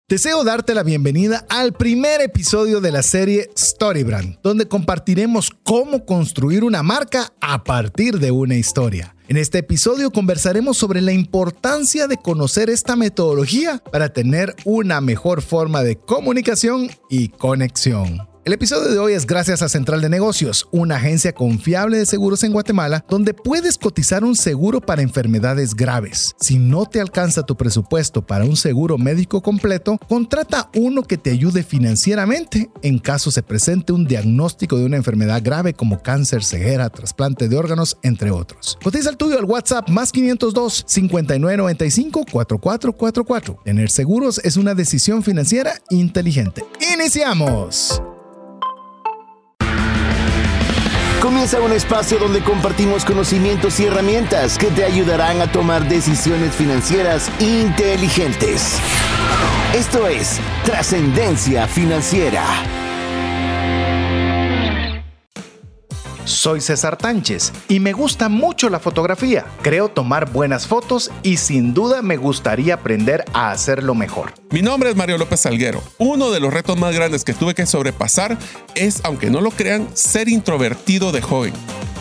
Deseo darte la bienvenida al primer episodio de la serie StoryBrand, donde compartiremos cómo construir una marca a partir de una historia. En este episodio conversaremos sobre la importancia de conocer esta metodología para tener una mejor forma de comunicación y conexión. El episodio de hoy es gracias a Central de Negocios, una agencia confiable de seguros en Guatemala, donde puedes cotizar un seguro para enfermedades graves. Si no te alcanza tu presupuesto para un seguro médico completo, contrata uno que te ayude financieramente en caso se presente un diagnóstico de una enfermedad grave como cáncer, ceguera, trasplante de órganos, entre otros. Cotiza el tuyo al WhatsApp más 502 5995 4444. Tener seguros es una decisión financiera inteligente. ¡Iniciamos! Comienza un espacio donde compartimos conocimientos y herramientas que te ayudarán a tomar decisiones financieras inteligentes. Esto es Trascendencia Financiera. Soy César Tánchez y me gusta mucho la fotografía. Creo tomar buenas fotos y sin duda me gustaría aprender a hacerlo mejor. Mi nombre es Mario López Salguero. Uno de los retos más grandes que tuve que sobrepasar es, aunque no lo crean, ser introvertido de joven.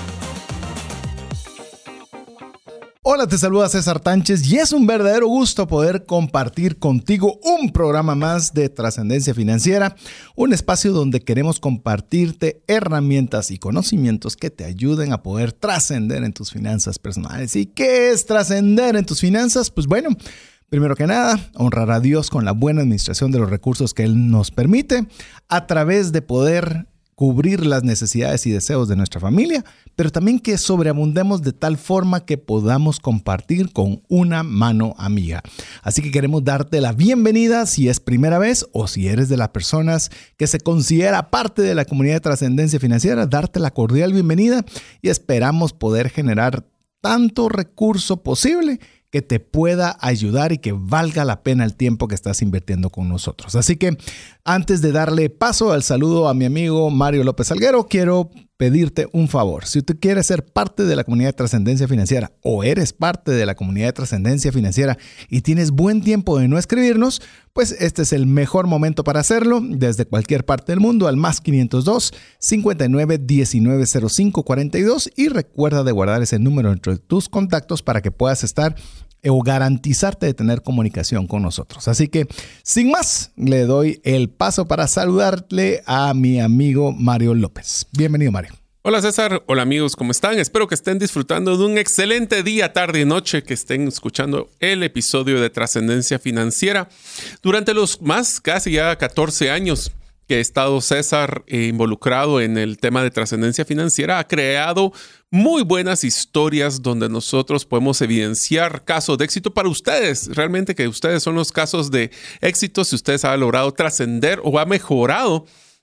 Hola, te saluda César Tánchez y es un verdadero gusto poder compartir contigo un programa más de Trascendencia Financiera, un espacio donde queremos compartirte herramientas y conocimientos que te ayuden a poder trascender en tus finanzas personales. ¿Y qué es trascender en tus finanzas? Pues bueno, primero que nada, honrar a Dios con la buena administración de los recursos que Él nos permite a través de poder cubrir las necesidades y deseos de nuestra familia, pero también que sobreabundemos de tal forma que podamos compartir con una mano amiga. Así que queremos darte la bienvenida si es primera vez o si eres de las personas que se considera parte de la comunidad de Trascendencia Financiera, darte la cordial bienvenida y esperamos poder generar tanto recurso posible que te pueda ayudar y que valga la pena el tiempo que estás invirtiendo con nosotros. Así que antes de darle paso al saludo a mi amigo Mario López Salguero, quiero pedirte un favor. Si tú quieres ser parte de la comunidad de Trascendencia Financiera o eres parte de la comunidad de Trascendencia Financiera y tienes buen tiempo de no escribirnos, pues este es el mejor momento para hacerlo desde cualquier parte del mundo al más 502 59 19 05 42 y recuerda de guardar ese número entre tus contactos para que puedas estar o garantizarte de tener comunicación con nosotros. Así que, sin más, le doy el paso para saludarle a mi amigo Mario López. Bienvenido, Mario. Hola César, hola amigos, ¿cómo están? Espero que estén disfrutando de un excelente día, tarde y noche, que estén escuchando el episodio de Trascendencia Financiera. Durante los casi ya 14 años que ha estado César involucrado en el tema de trascendencia financiera, ha creado muy buenas historias donde nosotros podemos evidenciar casos de éxito para ustedes. Realmente que ustedes son los casos de éxito si ustedes han logrado trascender o ha mejorado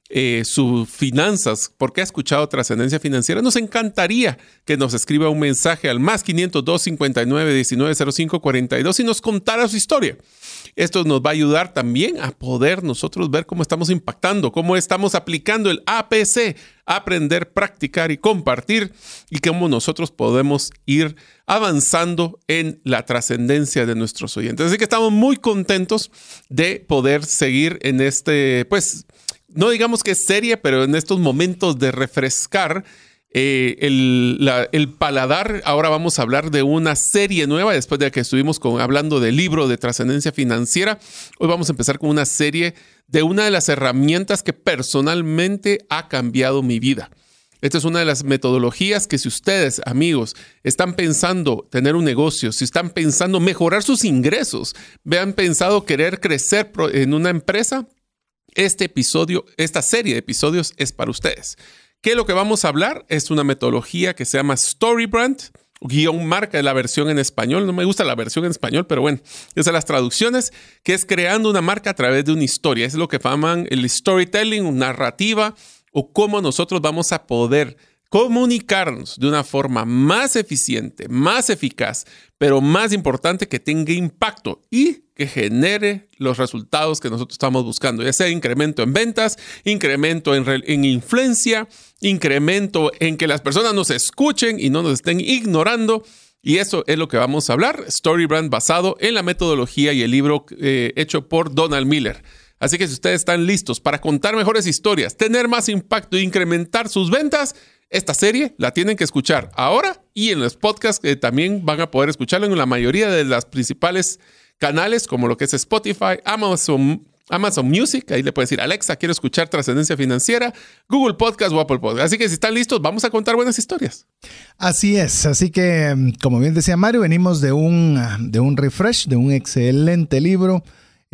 sus finanzas porque ha escuchado Trascendencia Financiera. Nos encantaría que nos escriba un mensaje al más 502 59 19 05 42 y nos contara su historia. Esto nos va a ayudar también a poder nosotros ver cómo estamos impactando, cómo estamos aplicando el APC, aprender, practicar y compartir, y cómo nosotros podemos ir avanzando en la trascendencia de nuestros oyentes. Así que estamos muy contentos de poder seguir en no digamos que es serie, pero en estos momentos de refrescar el paladar. Ahora vamos a hablar de una serie nueva después de que estuvimos hablando del libro de Trascendencia Financiera. Hoy vamos a empezar con una serie de una de las herramientas que personalmente ha cambiado mi vida. Esta es una de las metodologías que si ustedes, amigos, están pensando tener un negocio, si están pensando mejorar sus ingresos, han pensado querer crecer en una empresa, esta serie de episodios es para ustedes. ¿Qué es lo que vamos a hablar? Es una metodología que se llama StoryBrand, _marca de la versión en español. No me gusta la versión en español, pero bueno, es de las traducciones, que es creando una marca a través de una historia. Es lo que llaman el storytelling, narrativa, o cómo nosotros vamos a poder comunicarnos de una forma más eficiente, más eficaz, pero más importante, que tenga impacto y que genere los resultados que nosotros estamos buscando, ya sea incremento en ventas, incremento en influencia, incremento en que las personas nos escuchen y no nos estén ignorando, Y eso es lo que vamos a hablar, StoryBrand basado en la metodología y el libro hecho por Donald Miller. Así que si ustedes están listos para contar mejores historias, tener más impacto e incrementar sus ventas, esta serie la tienen que escuchar ahora y en los podcasts que también van a poder escucharlo en la mayoría de las principales canales como lo que es Spotify, Amazon Music. Ahí le puedes decir, Alexa, quiero escuchar Trascendencia Financiera, Google Podcast o Apple Podcast. Así que si están listos, vamos a contar buenas historias. Así es. Así que, como bien decía Mario, venimos de un refresh, de un excelente libro.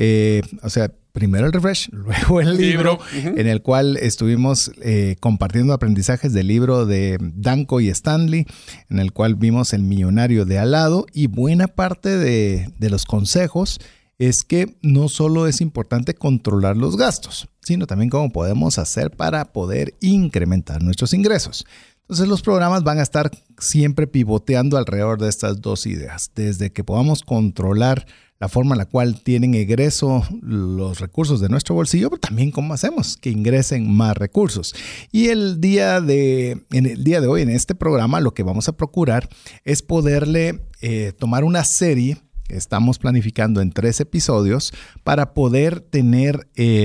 Primero el refresh, luego el libro. En el cual estuvimos compartiendo aprendizajes del libro de Danko y Stanley, en el cual vimos El millonario de al lado, y buena parte de los consejos es que no solo es importante controlar los gastos, sino también cómo podemos hacer para poder incrementar nuestros ingresos. Entonces los programas van a estar siempre pivoteando alrededor de estas dos ideas, desde que podamos controlar la forma en la cual tienen egreso los recursos de nuestro bolsillo, pero también cómo hacemos que ingresen más recursos. Y en el día de hoy, en este programa, lo que vamos a procurar es poderle tomar una serie que estamos planificando en 3 episodios para poder tener,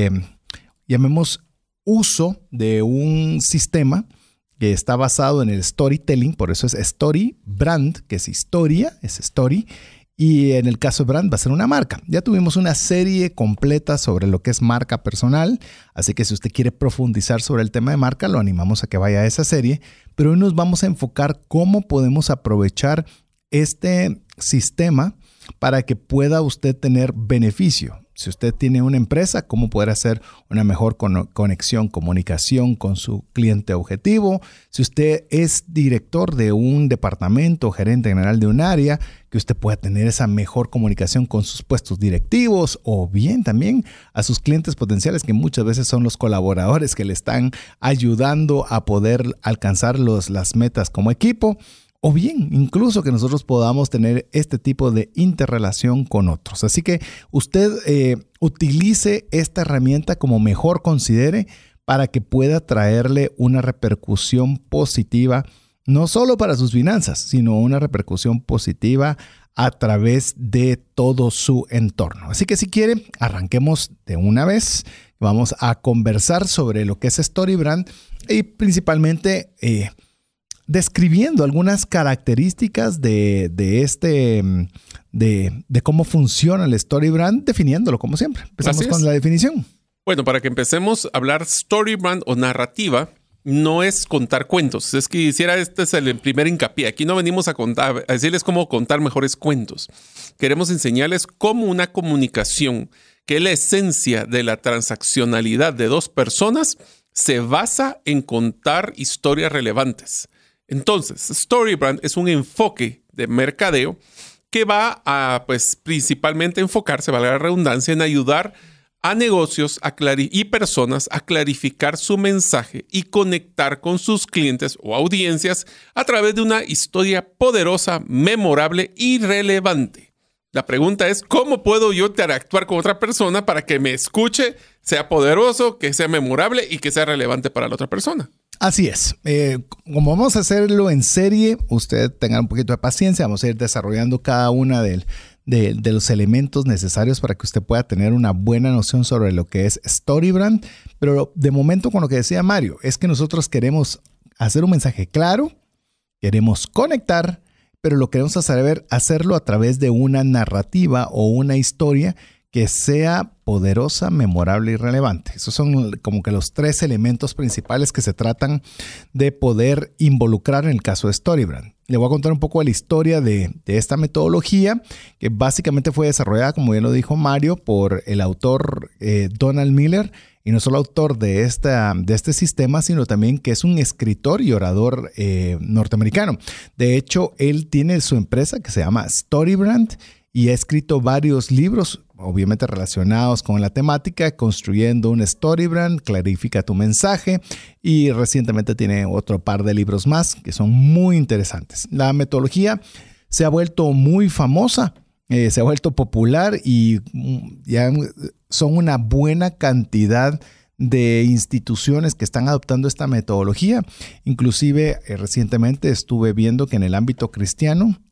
llamemos, uso de un sistema que está basado en el storytelling, por eso es StoryBrand, que es historia, es story. Y en el caso de brand va a ser una marca. Ya tuvimos una serie completa sobre lo que es marca personal, así que si usted quiere profundizar sobre el tema de marca, lo animamos a que vaya a esa serie. Pero hoy nos vamos a enfocar cómo podemos aprovechar este sistema para que pueda usted tener beneficio. Si usted tiene una empresa, cómo poder hacer una mejor conexión, comunicación con su cliente objetivo. Si usted es director de un departamento, gerente general de un área, que usted pueda tener esa mejor comunicación con sus puestos directivos, o bien también a sus clientes potenciales, que muchas veces son los colaboradores que le están ayudando a poder alcanzar las metas como equipo. O bien, incluso que nosotros podamos tener este tipo de interrelación con otros. Así que usted utilice esta herramienta como mejor considere para que pueda traerle una repercusión positiva, no solo para sus finanzas, sino una repercusión positiva a través de todo su entorno. Así que si quiere, arranquemos de una vez. Vamos a conversar sobre lo que es StoryBrand y principalmente describiendo algunas características de cómo funciona el StoryBrand, definiéndolo como siempre. Empezamos con la definición. Bueno, para que empecemos a hablar StoryBrand o narrativa, no es contar cuentos. Es que este es el primer hincapié. Aquí no venimos a decirles cómo contar mejores cuentos. Queremos enseñarles cómo una comunicación, que es la esencia de la transaccionalidad de 2 personas, se basa en contar historias relevantes. Entonces, StoryBrand es un enfoque de mercadeo que va a, principalmente enfocarse, valga la redundancia, en ayudar a negocios y personas a clarificar su mensaje y conectar con sus clientes o audiencias a través de una historia poderosa, memorable y relevante. La pregunta es, ¿cómo puedo yo interactuar con otra persona para que me escuche, sea poderoso, que sea memorable y que sea relevante para la otra persona? Así es. Como vamos a hacerlo en serie, usted tenga un poquito de paciencia. Vamos a ir desarrollando cada una de los elementos necesarios para que usted pueda tener una buena noción sobre lo que es StoryBrand. Pero de momento, con lo que decía Mario, es que nosotros queremos hacer un mensaje claro, queremos conectar, pero lo queremos hacerlo a través de una narrativa o una historia que sea poderosa, memorable y relevante. Esos son como que los 3 elementos principales que se tratan de poder involucrar en el caso de StoryBrand. Le voy a contar un poco de la historia de esta metodología, que básicamente fue desarrollada, como bien lo dijo Mario, por el autor Donald Miller, y no solo autor de este sistema, sino también que es un escritor y orador norteamericano. De hecho, él tiene su empresa que se llama StoryBrand y ha escrito varios libros, obviamente relacionados con la temática, construyendo un StoryBrand, clarifica tu mensaje, y recientemente tiene otro par de libros más que son muy interesantes. La metodología se ha vuelto muy famosa, se ha vuelto popular y ya son una buena cantidad de instituciones que están adoptando esta metodología. Inclusive recientemente estuve viendo que en el ámbito cristiano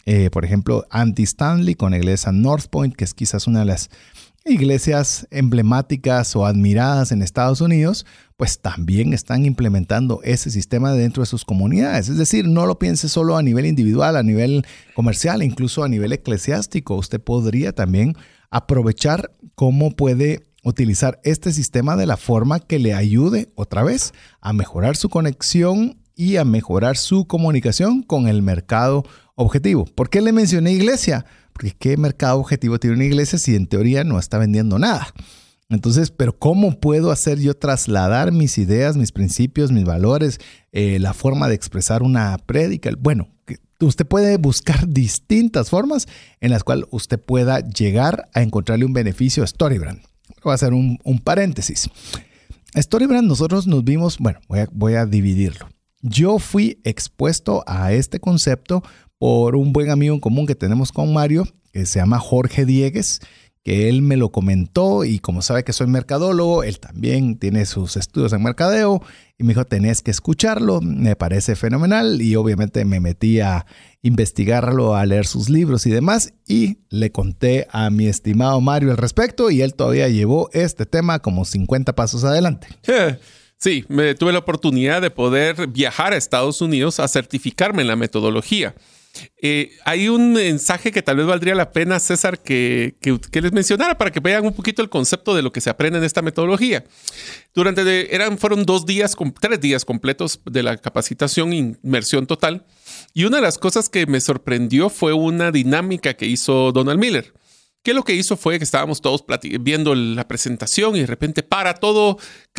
Por ejemplo, Andy Stanley con la iglesia North Point, que es quizás una de las iglesias emblemáticas o admiradas en Estados Unidos, pues también están implementando ese sistema dentro de sus comunidades. Es decir, no lo piense solo a nivel individual, a nivel comercial, incluso a nivel eclesiástico. Usted podría también aprovechar cómo puede utilizar este sistema de la forma que le ayude otra vez a mejorar su conexión y a mejorar su comunicación con el mercado objetivo. ¿Por qué le mencioné iglesia? Porque ¿qué mercado objetivo tiene una iglesia si en teoría no está vendiendo nada? Entonces, pero ¿cómo puedo hacer yo trasladar mis ideas, mis principios, mis valores, la forma de expresar una prédica? Bueno, usted puede buscar distintas formas en las cuales usted pueda llegar a encontrarle un beneficio a StoryBrand. Voy a hacer un paréntesis. StoryBrand, nosotros nos vimos, bueno, voy a dividirlo. Yo fui expuesto a este concepto por un buen amigo en común que tenemos con Mario, que se llama Jorge Diegues, que él me lo comentó y como sabe que soy mercadólogo, él también tiene sus estudios en mercadeo y me dijo, tenés que escucharlo, me parece fenomenal y obviamente me metí a investigarlo, a leer sus libros y demás y le conté a mi estimado Mario al respecto y él todavía llevó este tema como 50 pasos adelante. Sí, tuve la oportunidad de poder viajar a Estados Unidos a certificarme en la metodología. Hay un mensaje que tal vez valdría la pena, César, que les mencionara para que vean un poquito el concepto de lo que se aprende en esta metodología. Fueron 3 días completos de la capacitación, inmersión total. Y una de las cosas que me sorprendió fue una dinámica que hizo Donald Miller. Que lo que hizo fue que estábamos todos viendo la presentación y de repente para todo,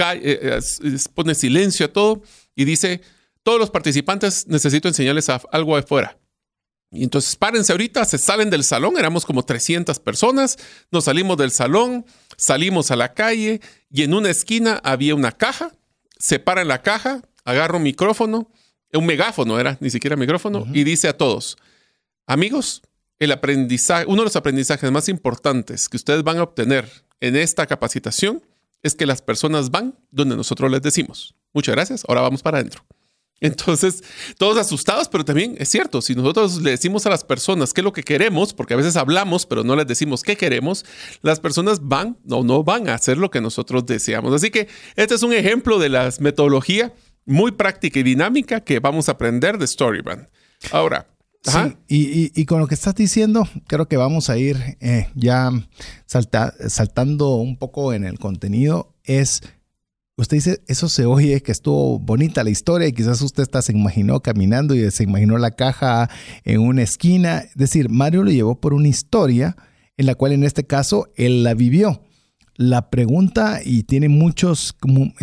pone silencio a todo y dice, todos los participantes necesito enseñarles algo afuera. Y entonces párense ahorita, se salen del salón, éramos como 300 personas, nos salimos del salón, salimos a la calle y en una esquina había una caja, se para en la caja, agarra un micrófono, un megáfono era, ni siquiera micrófono, y dice a todos, amigos, uno de los aprendizajes más importantes que ustedes van a obtener en esta capacitación es que las personas van donde nosotros les decimos. Muchas gracias, ahora vamos para adentro. Entonces, todos asustados, pero también es cierto, si nosotros le decimos a las personas qué es lo que queremos, porque a veces hablamos, pero no les decimos qué queremos, las personas van o no van a hacer lo que nosotros deseamos. Así que este es un ejemplo de la metodología muy práctica y dinámica que vamos a aprender de StoryBrand. Ahora, sí, y con lo que estás diciendo, creo que vamos a ir ya saltando un poco en el contenido. Usted dice, eso se oye que estuvo bonita la historia y quizás usted se imaginó caminando y se imaginó la caja en una esquina. Es decir, Mario lo llevó por una historia en la cual en este caso él la vivió. La pregunta, y tiene muchos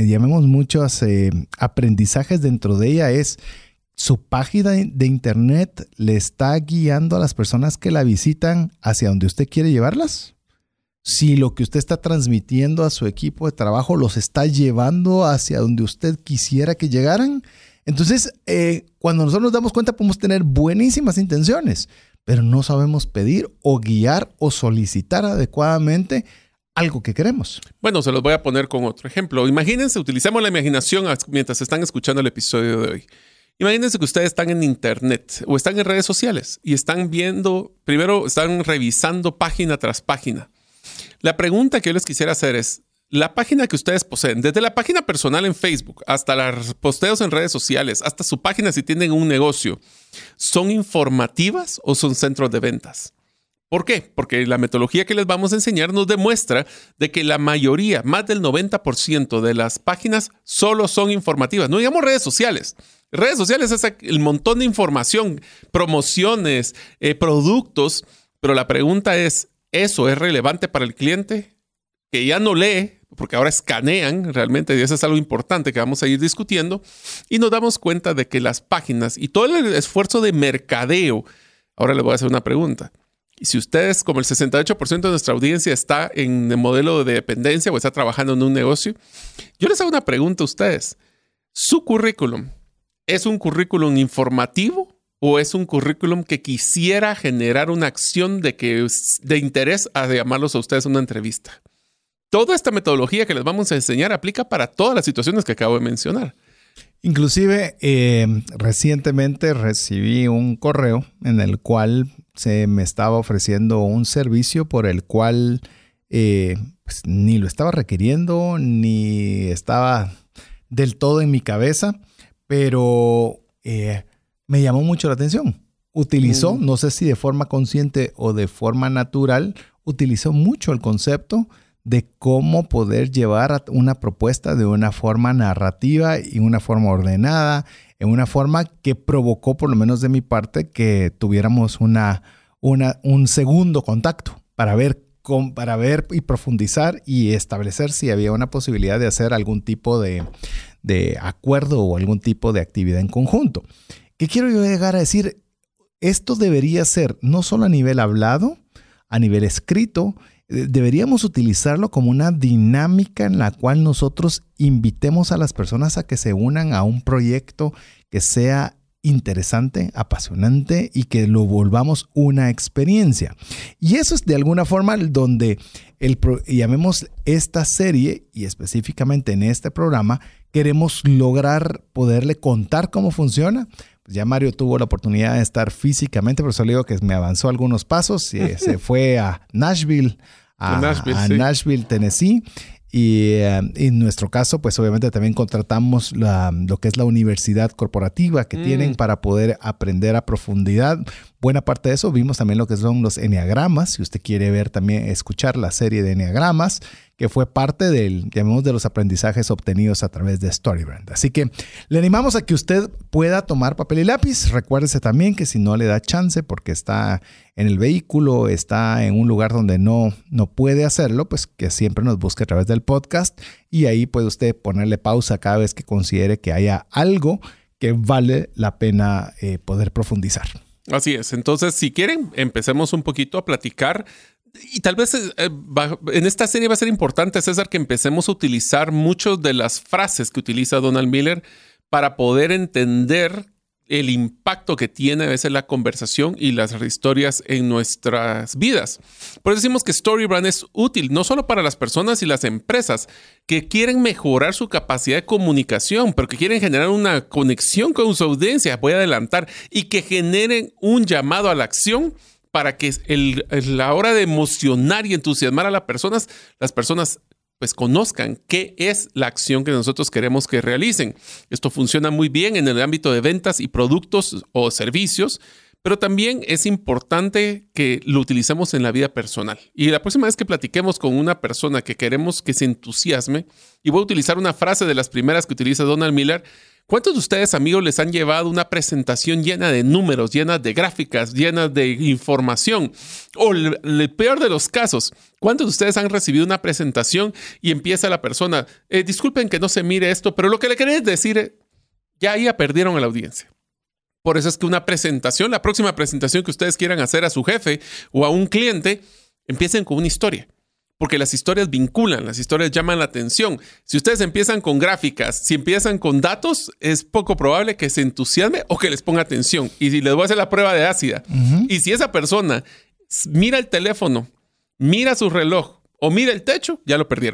aprendizajes dentro de ella, es ¿su página de internet le está guiando a las personas que la visitan hacia donde usted quiere llevarlas? Si lo que usted está transmitiendo a su equipo de trabajo los está llevando hacia donde usted quisiera que llegaran. Entonces, cuando nosotros nos damos cuenta, podemos tener buenísimas intenciones, pero no sabemos pedir o guiar o solicitar adecuadamente algo que queremos. Bueno, se los voy a poner con otro ejemplo. Imagínense, utilicemos la imaginación mientras están escuchando el episodio de hoy. Imagínense que ustedes están en internet o están en redes sociales y están revisando página tras página. La pregunta que yo les quisiera hacer es, la página que ustedes poseen, desde la página personal en Facebook hasta los posteos en redes sociales, hasta su página si tienen un negocio, ¿son informativas o son centros de ventas? ¿Por qué? Porque la metodología que les vamos a enseñar nos demuestra de que la mayoría, más del 90% de las páginas solo son informativas. No digamos redes sociales. Redes sociales es el montón de información, promociones, productos, pero la pregunta es, ¿eso es relevante para el cliente? Que ya no lee, porque ahora escanean realmente, y eso es algo importante que vamos a ir discutiendo, y nos damos cuenta de que las páginas y todo el esfuerzo de mercadeo, ahora les voy a hacer una pregunta. Y si ustedes, como el 68% de nuestra audiencia está en el modelo de dependencia o está trabajando en un negocio, yo les hago una pregunta a ustedes. ¿Su currículum es un currículum informativo o es un currículum que quisiera generar una acción de interés a llamarlos a ustedes a una entrevista? Toda esta metodología que les vamos a enseñar aplica para todas las situaciones que acabo de mencionar. Inclusive, recientemente recibí un correo en el cual se me estaba ofreciendo un servicio por el cual pues, ni lo estaba requiriendo, ni estaba del todo en mi cabeza, pero me llamó mucho la atención. Utilizó, no sé si de forma consciente o de forma natural, utilizó mucho el concepto de cómo poder llevar una propuesta de una forma narrativa y una forma ordenada, en una forma que provocó, por lo menos de mi parte, que tuviéramos un segundo contacto para ver y profundizar y establecer si había una posibilidad de hacer algún tipo de acuerdo o algún tipo de actividad en conjunto. ¿Qué quiero yo llegar a decir? Esto debería ser no solo a nivel hablado, a nivel escrito. Deberíamos utilizarlo como una dinámica en la cual nosotros invitemos a las personas a que se unan a un proyecto que sea interesante, apasionante y que lo volvamos una experiencia. Y eso es de alguna forma donde llamemos esta serie y específicamente en este programa queremos lograr poderle contar cómo funciona. Pues ya Mario tuvo la oportunidad de estar físicamente, por eso le digo que me avanzó algunos pasos. Se fue a Nashville, Nashville, Tennessee. Y en nuestro caso, pues obviamente también contratamos lo que es la universidad corporativa que tienen para poder aprender a profundidad. Buena parte de eso, vimos también lo que son los enneagramas. Si usted quiere ver también, escuchar la serie de enneagramas, que fue parte de los aprendizajes obtenidos a través de StoryBrand. Así que le animamos a que usted pueda tomar papel y lápiz. Recuérdese también que si no le da chance porque está en el vehículo, está en un lugar donde no puede hacerlo, pues que siempre nos busque a través del podcast y ahí puede usted ponerle pausa cada vez que considere que haya algo que vale la pena poder profundizar. Así es. Entonces, si quieren, empecemos un poquito a platicar. Y tal vez en esta serie va a ser importante, César, que empecemos a utilizar muchas de las frases que utiliza Donald Miller para poder entender el impacto que tiene a veces la conversación y las historias en nuestras vidas. Por eso decimos que StoryBrand es útil no solo para las personas y las empresas que quieren mejorar su capacidad de comunicación, pero que quieren generar una conexión con su audiencia, voy a adelantar, y que generen un llamado a la acción para que la hora de emocionar y entusiasmar a las personas pues conozcan qué es la acción que nosotros queremos que realicen. Esto funciona muy bien en el ámbito de ventas y productos o servicios, pero también es importante que lo utilicemos en la vida personal. Y la próxima vez que platiquemos con una persona que queremos que se entusiasme, y voy a utilizar una frase de las primeras que utiliza Donald Miller. ¿Cuántos de ustedes, amigos, les han llevado una presentación llena de números, llena de gráficas, llena de información? O el peor de los casos, ¿cuántos de ustedes han recibido una presentación y empieza la persona, disculpen que no se mire esto, pero lo que le queréis decir, ya perdieron a la audiencia? Por eso es que una presentación, la próxima presentación que ustedes quieran hacer a su jefe o a un cliente, empiecen con una historia. Porque las historias vinculan, las historias llaman la atención. Si ustedes empiezan con gráficas, si empiezan con datos, es poco probable que se entusiasme o que les ponga atención. Y si les voy a hacer la prueba de ácida. Y si esa persona mira el teléfono, mira su reloj o mira el techo, ya lo perdieron.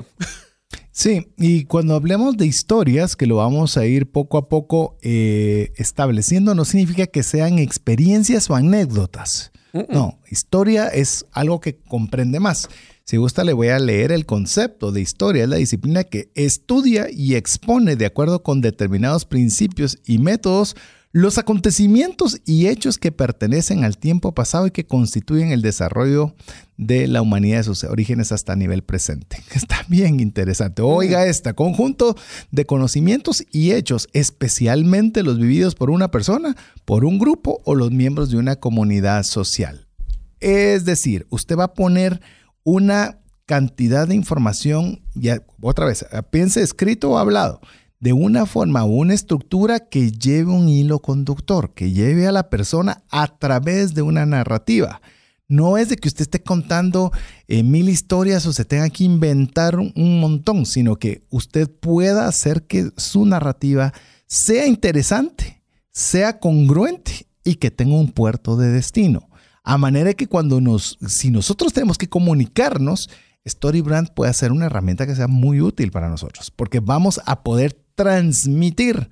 Sí, y cuando hablemos de historias, que lo vamos a ir poco a poco estableciendo, no significa que sean experiencias o anécdotas. No, historia es algo que comprende más. Si gusta, le voy a leer el concepto de historia. Es la disciplina que estudia y expone de acuerdo con determinados principios y métodos los acontecimientos y hechos que pertenecen al tiempo pasado y que constituyen el desarrollo de la humanidad de sus orígenes hasta nivel presente. Está bien interesante. Oiga conjunto de conocimientos y hechos, especialmente los vividos por una persona, por un grupo o los miembros de una comunidad social. Es decir, usted va a poner una cantidad de información, ya otra vez, piense escrito o hablado, de una forma o una estructura que lleve un hilo conductor, que lleve a la persona a través de una narrativa. No es de que usted esté contando 1000 historias o se tenga que inventar un montón, sino que usted pueda hacer que su narrativa sea interesante, sea congruente y que tenga un puerto de destino. A manera que si nosotros tenemos que comunicarnos, StoryBrand puede ser una herramienta que sea muy útil para nosotros, porque vamos a poder transmitir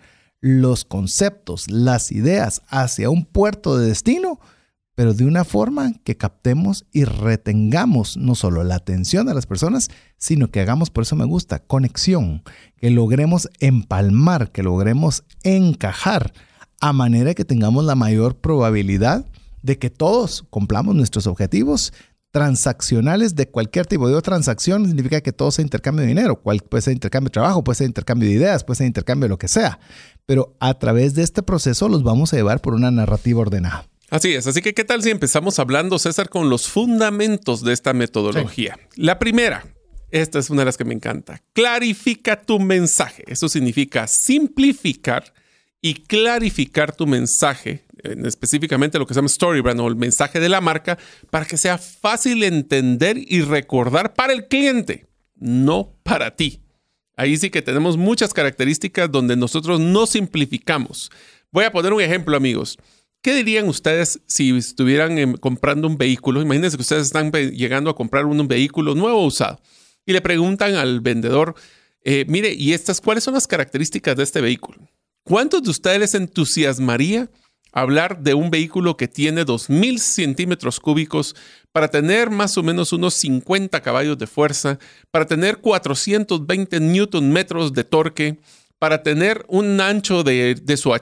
los conceptos, las ideas hacia un puerto de destino, pero de una forma que captemos y retengamos no solo la atención de las personas, sino que hagamos, por eso me gusta, conexión, que logremos empalmar, que logremos encajar, a manera que tengamos la mayor probabilidad de que todos cumplamos nuestros objetivos transaccionales de cualquier tipo. Digo, transacción significa que todo sea intercambio de dinero. Puede ser intercambio de trabajo, puede ser intercambio de ideas, puede ser intercambio de lo que sea. Pero a través de este proceso los vamos a llevar por una narrativa ordenada. Así es. Así que, ¿qué tal si empezamos hablando, César, con los fundamentos de esta metodología? Sí. La primera, esta es una de las que me encanta. Clarifica tu mensaje. Eso significa simplificar y clarificar tu mensaje, específicamente lo que se llama story brand o el mensaje de la marca, para que sea fácil entender y recordar para el cliente, no para ti. Ahí sí que tenemos muchas características donde nosotros no simplificamos. Voy a poner un ejemplo, amigos. ¿Qué dirían ustedes si estuvieran comprando un vehículo? Imagínense que ustedes están llegando a comprar un vehículo nuevo o usado y le preguntan al vendedor, mire, ¿y cuáles son las características de este vehículo? ¿Cuántos de ustedes les entusiasmaría hablar de un vehículo que tiene 2,000 centímetros cúbicos para tener más o menos unos 50 caballos de fuerza, para tener 420 newton metros de torque, para tener un ancho del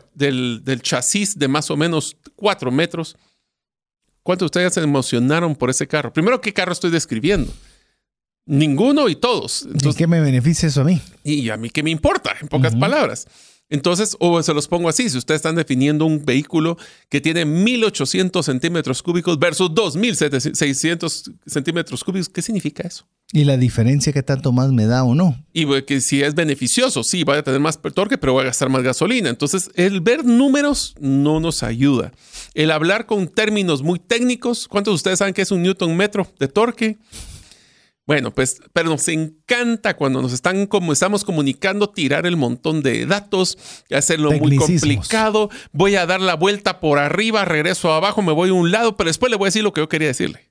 chasis de más o menos 4 metros? ¿Cuántos de ustedes se emocionaron por ese carro? Primero, ¿qué carro estoy describiendo? Ninguno y todos. Entonces, ¿y qué me beneficia eso a mí? Y a mí qué me importa, en pocas palabras. Entonces, o se los pongo así, si ustedes están definiendo un vehículo que tiene 1,800 centímetros cúbicos versus 2,600 centímetros cúbicos, ¿qué significa eso? Y la diferencia, ¿qué tanto más me da o no? Y que si es beneficioso, sí, voy a tener más torque, pero voy a gastar más gasolina. Entonces, el ver números no nos ayuda. El hablar con términos muy técnicos, ¿cuántos de ustedes saben qué es un newton metro de torque? Bueno, pues, pero nos encanta cuando estamos comunicando, tirar el montón de datos, hacerlo muy complicado. Voy a dar la vuelta por arriba, regreso abajo, me voy a un lado, pero después le voy a decir lo que yo quería decirle.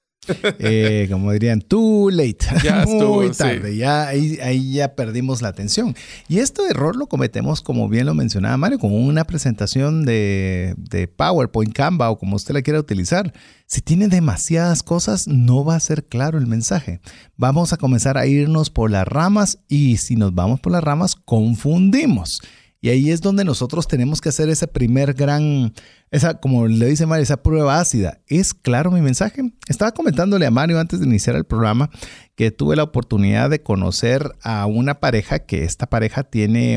Como dirían, too late. Ya estuvo, muy tarde. Sí. Ya, ahí ya perdimos la atención. Y este error lo cometemos, como bien lo mencionaba Mario, con una presentación de PowerPoint, Canva o como usted la quiera utilizar. Si tiene demasiadas cosas, no va a ser claro el mensaje. Vamos a comenzar a irnos por las ramas y si nos vamos por las ramas, confundimos. Y ahí es donde nosotros tenemos que hacer ese primer como le dice Mario, esa prueba ácida. ¿Es claro mi mensaje? Estaba comentándole a Mario antes de iniciar el programa que tuve la oportunidad de conocer a una pareja, que esta pareja tiene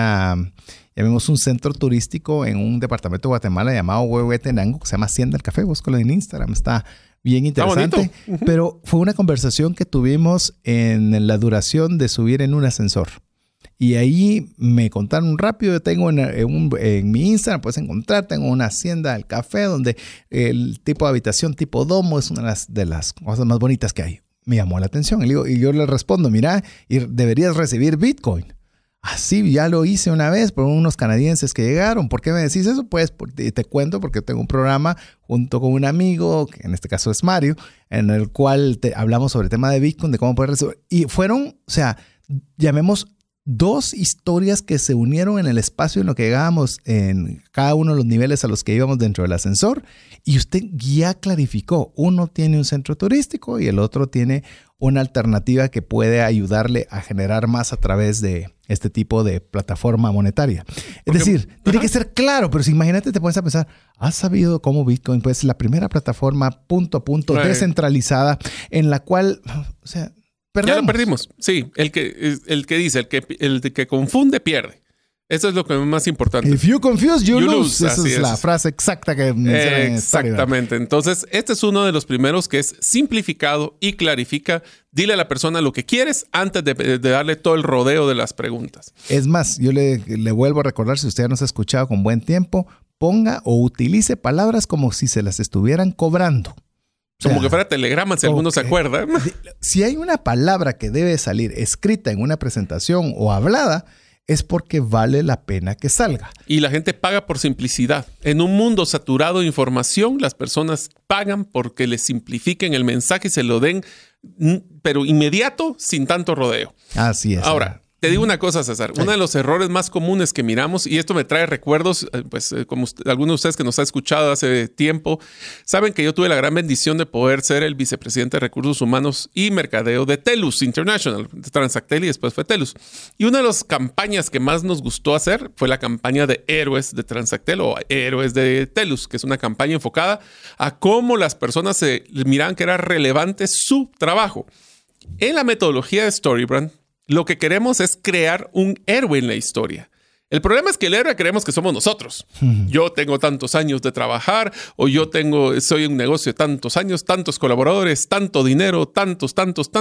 llamemos un centro turístico en un departamento de Guatemala llamado Huehuetenango, que se llama Hacienda del Café. Búscalo en Instagram, está bien interesante. Pero fue una conversación que tuvimos en la duración de subir en un ascensor. Y ahí me contaron rápido, yo tengo en mi Instagram, puedes encontrar, tengo una hacienda del café donde el tipo de habitación tipo domo es una de las cosas más bonitas que hay. Me llamó la atención y yo le respondo, mira, deberías recibir Bitcoin. Así ya lo hice una vez por unos canadienses que llegaron. ¿Por qué me decís eso? Pues te cuento porque tengo un programa junto con un amigo, que en este caso es Mario, en el cual hablamos sobre el tema de Bitcoin, de cómo poder recibir. Y fueron, llamemos 2 historias que se unieron en el espacio en lo que llegábamos en cada uno de los niveles a los que íbamos dentro del ascensor. Y usted ya clarificó, uno tiene un centro turístico y el otro tiene una alternativa que puede ayudarle a generar más a través de este tipo de plataforma monetaria. Es decir, tiene que ser claro, pero si imagínate, te pones a pensar, ¿has sabido cómo Bitcoin pues, es la primera plataforma punto a punto descentralizada en la cual, perdemos? Ya lo perdimos. Sí, el que dice, el que confunde, pierde. Eso es lo que es más importante. If you confuse, you lose. Esa es la frase exacta que mencionan en exactamente. Entonces, este es uno de los primeros que es simplificado y clarifica. Dile a la persona lo que quieres antes de darle todo el rodeo de las preguntas. Es más, yo le vuelvo a recordar, si usted ya nos ha escuchado con buen tiempo, ponga o utilice palabras como si se las estuvieran cobrando. Como que fuera telegrama, si alguno se acuerda. Si hay una palabra que debe salir escrita en una presentación o hablada, es porque vale la pena que salga. Y la gente paga por simplicidad. En un mundo saturado de información, las personas pagan porque les simplifiquen el mensaje y se lo den, pero inmediato, sin tanto rodeo. Así es. Ahora, Te digo una cosa, César. Uno de los errores más comunes que miramos, y esto me trae recuerdos, como algunos de ustedes que nos han escuchado hace tiempo, saben que yo tuve la gran bendición de poder ser el vicepresidente de Recursos Humanos y Mercadeo de TELUS International, de Transactel, y después fue TELUS. Y una de las campañas que más nos gustó hacer fue la campaña de Héroes de Transactel o Héroes de TELUS, que es una campaña enfocada a cómo las personas se miraban que era relevante su trabajo. En la metodología de StoryBrand, lo que queremos es crear un héroe en la historia. El problema es que el héroe creemos que somos nosotros. Yo tengo tantos años de trabajar, o soy un negocio de tantos años, tantos colaboradores, tanto dinero, tantos,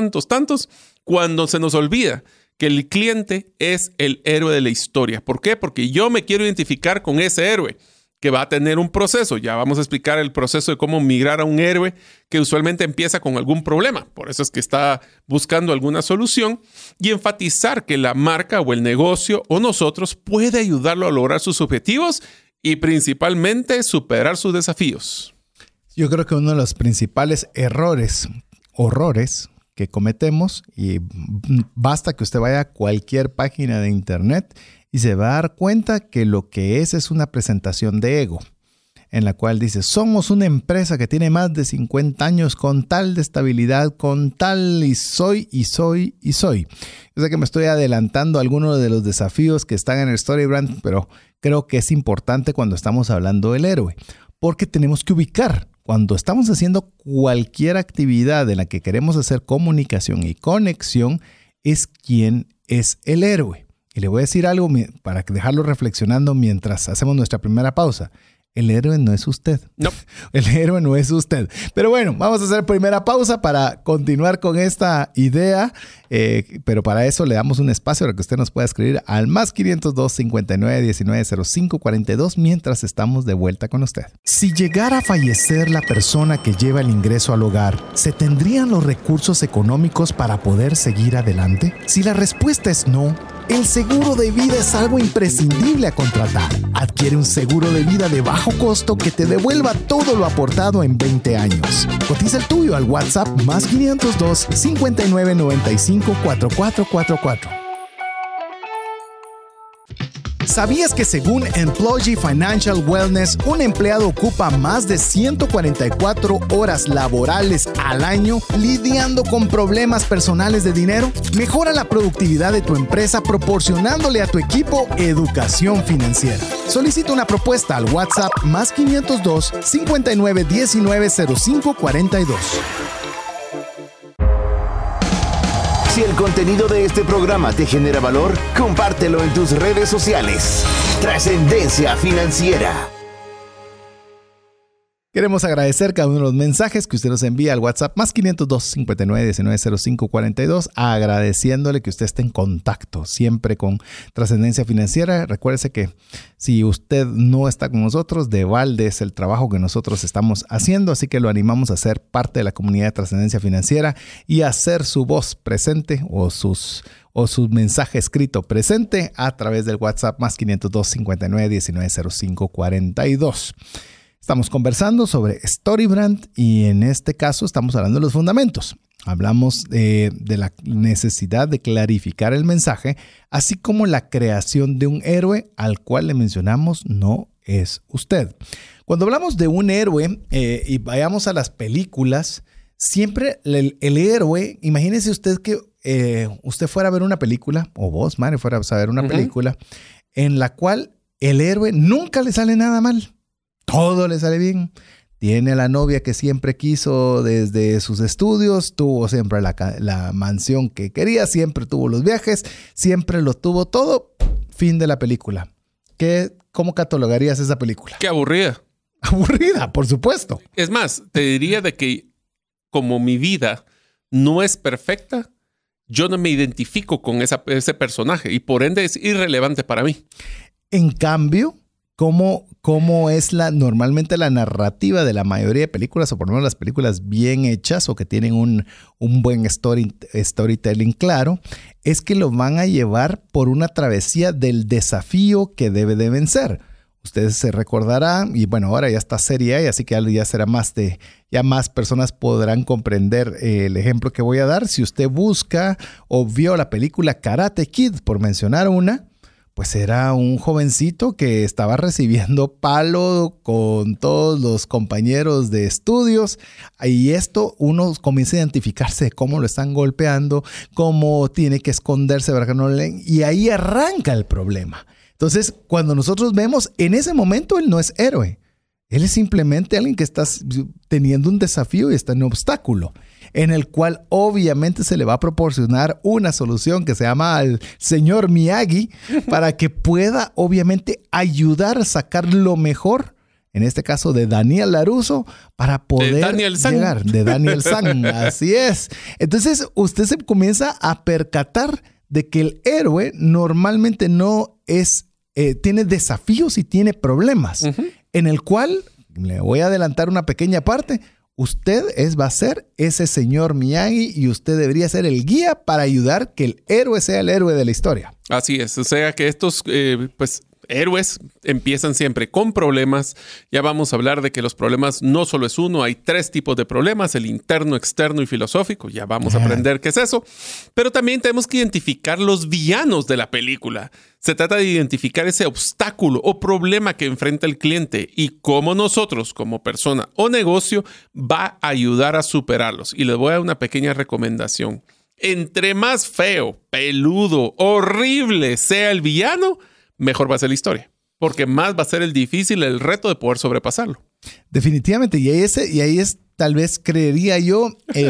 cuando se nos olvida que el cliente es el héroe de la historia. ¿Por qué? Porque yo me quiero identificar con ese héroe que va a tener un proceso. Ya vamos a explicar el proceso de cómo migrar a un héroe que usualmente empieza con algún problema. Por eso es que está buscando alguna solución y enfatizar que la marca o el negocio o nosotros puede ayudarlo a lograr sus objetivos y principalmente superar sus desafíos. Yo creo que uno de los principales horrores que cometemos, y basta que usted vaya a cualquier página de internet y se va a dar cuenta que lo que es una presentación de ego, en la cual dice, somos una empresa que tiene más de 50 años con tal de estabilidad, con tal y soy. Yo sé que me estoy adelantando a algunos de los desafíos que están en el StoryBrand, pero creo que es importante cuando estamos hablando del héroe, porque tenemos que ubicar, cuando estamos haciendo cualquier actividad en la que queremos hacer comunicación y conexión, es quién es el héroe. Y le voy a decir algo para dejarlo reflexionando mientras hacemos nuestra primera pausa. El héroe no es usted. No. El héroe no es usted. Pero bueno, vamos a hacer primera pausa para continuar con esta idea. Pero para eso le damos un espacio para que usted nos pueda escribir al más 502 59 19 05 42 mientras estamos de vuelta con usted. Si llegara a fallecer la persona que lleva el ingreso al hogar, ¿se tendrían los recursos económicos para poder seguir adelante? Si la respuesta es no, el seguro de vida es algo imprescindible a contratar. Adquiere un seguro de vida de bajo costo que te devuelva todo lo aportado en 20 años. Cotiza el tuyo al WhatsApp más 502 59 95 4444. ¿Sabías que según Employee Financial Wellness, un empleado ocupa más de 144 horas laborales al año lidiando con problemas personales de dinero? Mejora la productividad de tu empresa proporcionándole a tu equipo educación financiera. Solicita una propuesta al WhatsApp más 502 59 19 05 42. Si el contenido de este programa te genera valor, compártelo en tus redes sociales. Trascendencia Financiera. Queremos agradecer cada uno de los mensajes que usted nos envía al WhatsApp más 502 59 19 05 42, agradeciéndole que usted esté en contacto siempre con Trascendencia Financiera. Recuérdese que si usted no está con nosotros, de balde es el trabajo que nosotros estamos haciendo, así que lo animamos a ser parte de la comunidad de Trascendencia Financiera y a hacer su voz presente o su mensaje escrito presente a través del WhatsApp más 502 59 19 05 42. Estamos conversando sobre StoryBrand y en este caso estamos hablando de los fundamentos. Hablamos de la necesidad de clarificar el mensaje, así como la creación de un héroe al cual le mencionamos no es usted. Cuando hablamos de un héroe y vayamos a las películas, siempre el héroe, imagínese usted que usted fuera a ver una película, o vos, Mario, fuera a ver una película en la cual el héroe nunca le sale nada mal. Todo le sale bien. Tiene a la novia que siempre quiso desde sus estudios, tuvo siempre la mansión que quería, siempre tuvo los viajes, siempre lo tuvo todo. Fin de la película. ¿Cómo catalogarías esa película? Qué aburrida. Aburrida, por supuesto. Es más, te diría de que como mi vida no es perfecta, yo no me identifico con ese personaje y por ende es irrelevante para mí. En cambio, ¿Cómo es normalmente la narrativa de la mayoría de películas, o por lo menos las películas bien hechas o que tienen un buen storytelling claro? Es que lo van a llevar por una travesía del desafío que debe de vencer. Usted se recordará, y bueno, ahora ya está serie A, así que ya será ya más personas podrán comprender el ejemplo que voy a dar. Si usted busca o vio la película Karate Kid, por mencionar una, pues era un jovencito que estaba recibiendo palo con todos los compañeros de estudios, y esto uno comienza a identificarse de cómo lo están golpeando, cómo tiene que esconderse para que no le den, y ahí arranca el problema. Entonces, cuando nosotros vemos, en ese momento él no es héroe. Él es simplemente alguien que está teniendo un desafío y está en un obstáculo, en el cual obviamente se le va a proporcionar una solución que se llama al señor Miyagi para que pueda obviamente ayudar a sacar lo mejor, en este caso de Daniel LaRusso, para poder llegar. De Daniel San, así es. Entonces, usted se comienza a percatar de que el héroe normalmente no es, tiene desafíos y tiene problemas, en el cual, le voy a adelantar una pequeña parte, usted va a ser ese señor Miyagi y usted debería ser el guía para ayudar que el héroe sea el héroe de la historia. Así es, o sea que estos héroes empiezan siempre con problemas. Ya vamos a hablar de que los problemas no solo es uno, hay 3 tipos de problemas, el interno, externo y filosófico. Ya vamos a aprender qué es eso. Pero también tenemos que identificar los villanos de la película. Se trata de identificar ese obstáculo o problema que enfrenta el cliente y cómo nosotros, como persona o negocio, va a ayudar a superarlos. Y les voy a dar una pequeña recomendación. Entre más feo, peludo, horrible sea el villano, mejor va a ser la historia, porque más va a ser el difícil, el reto de poder sobrepasarlo. Definitivamente, y ahí es tal vez, creería yo,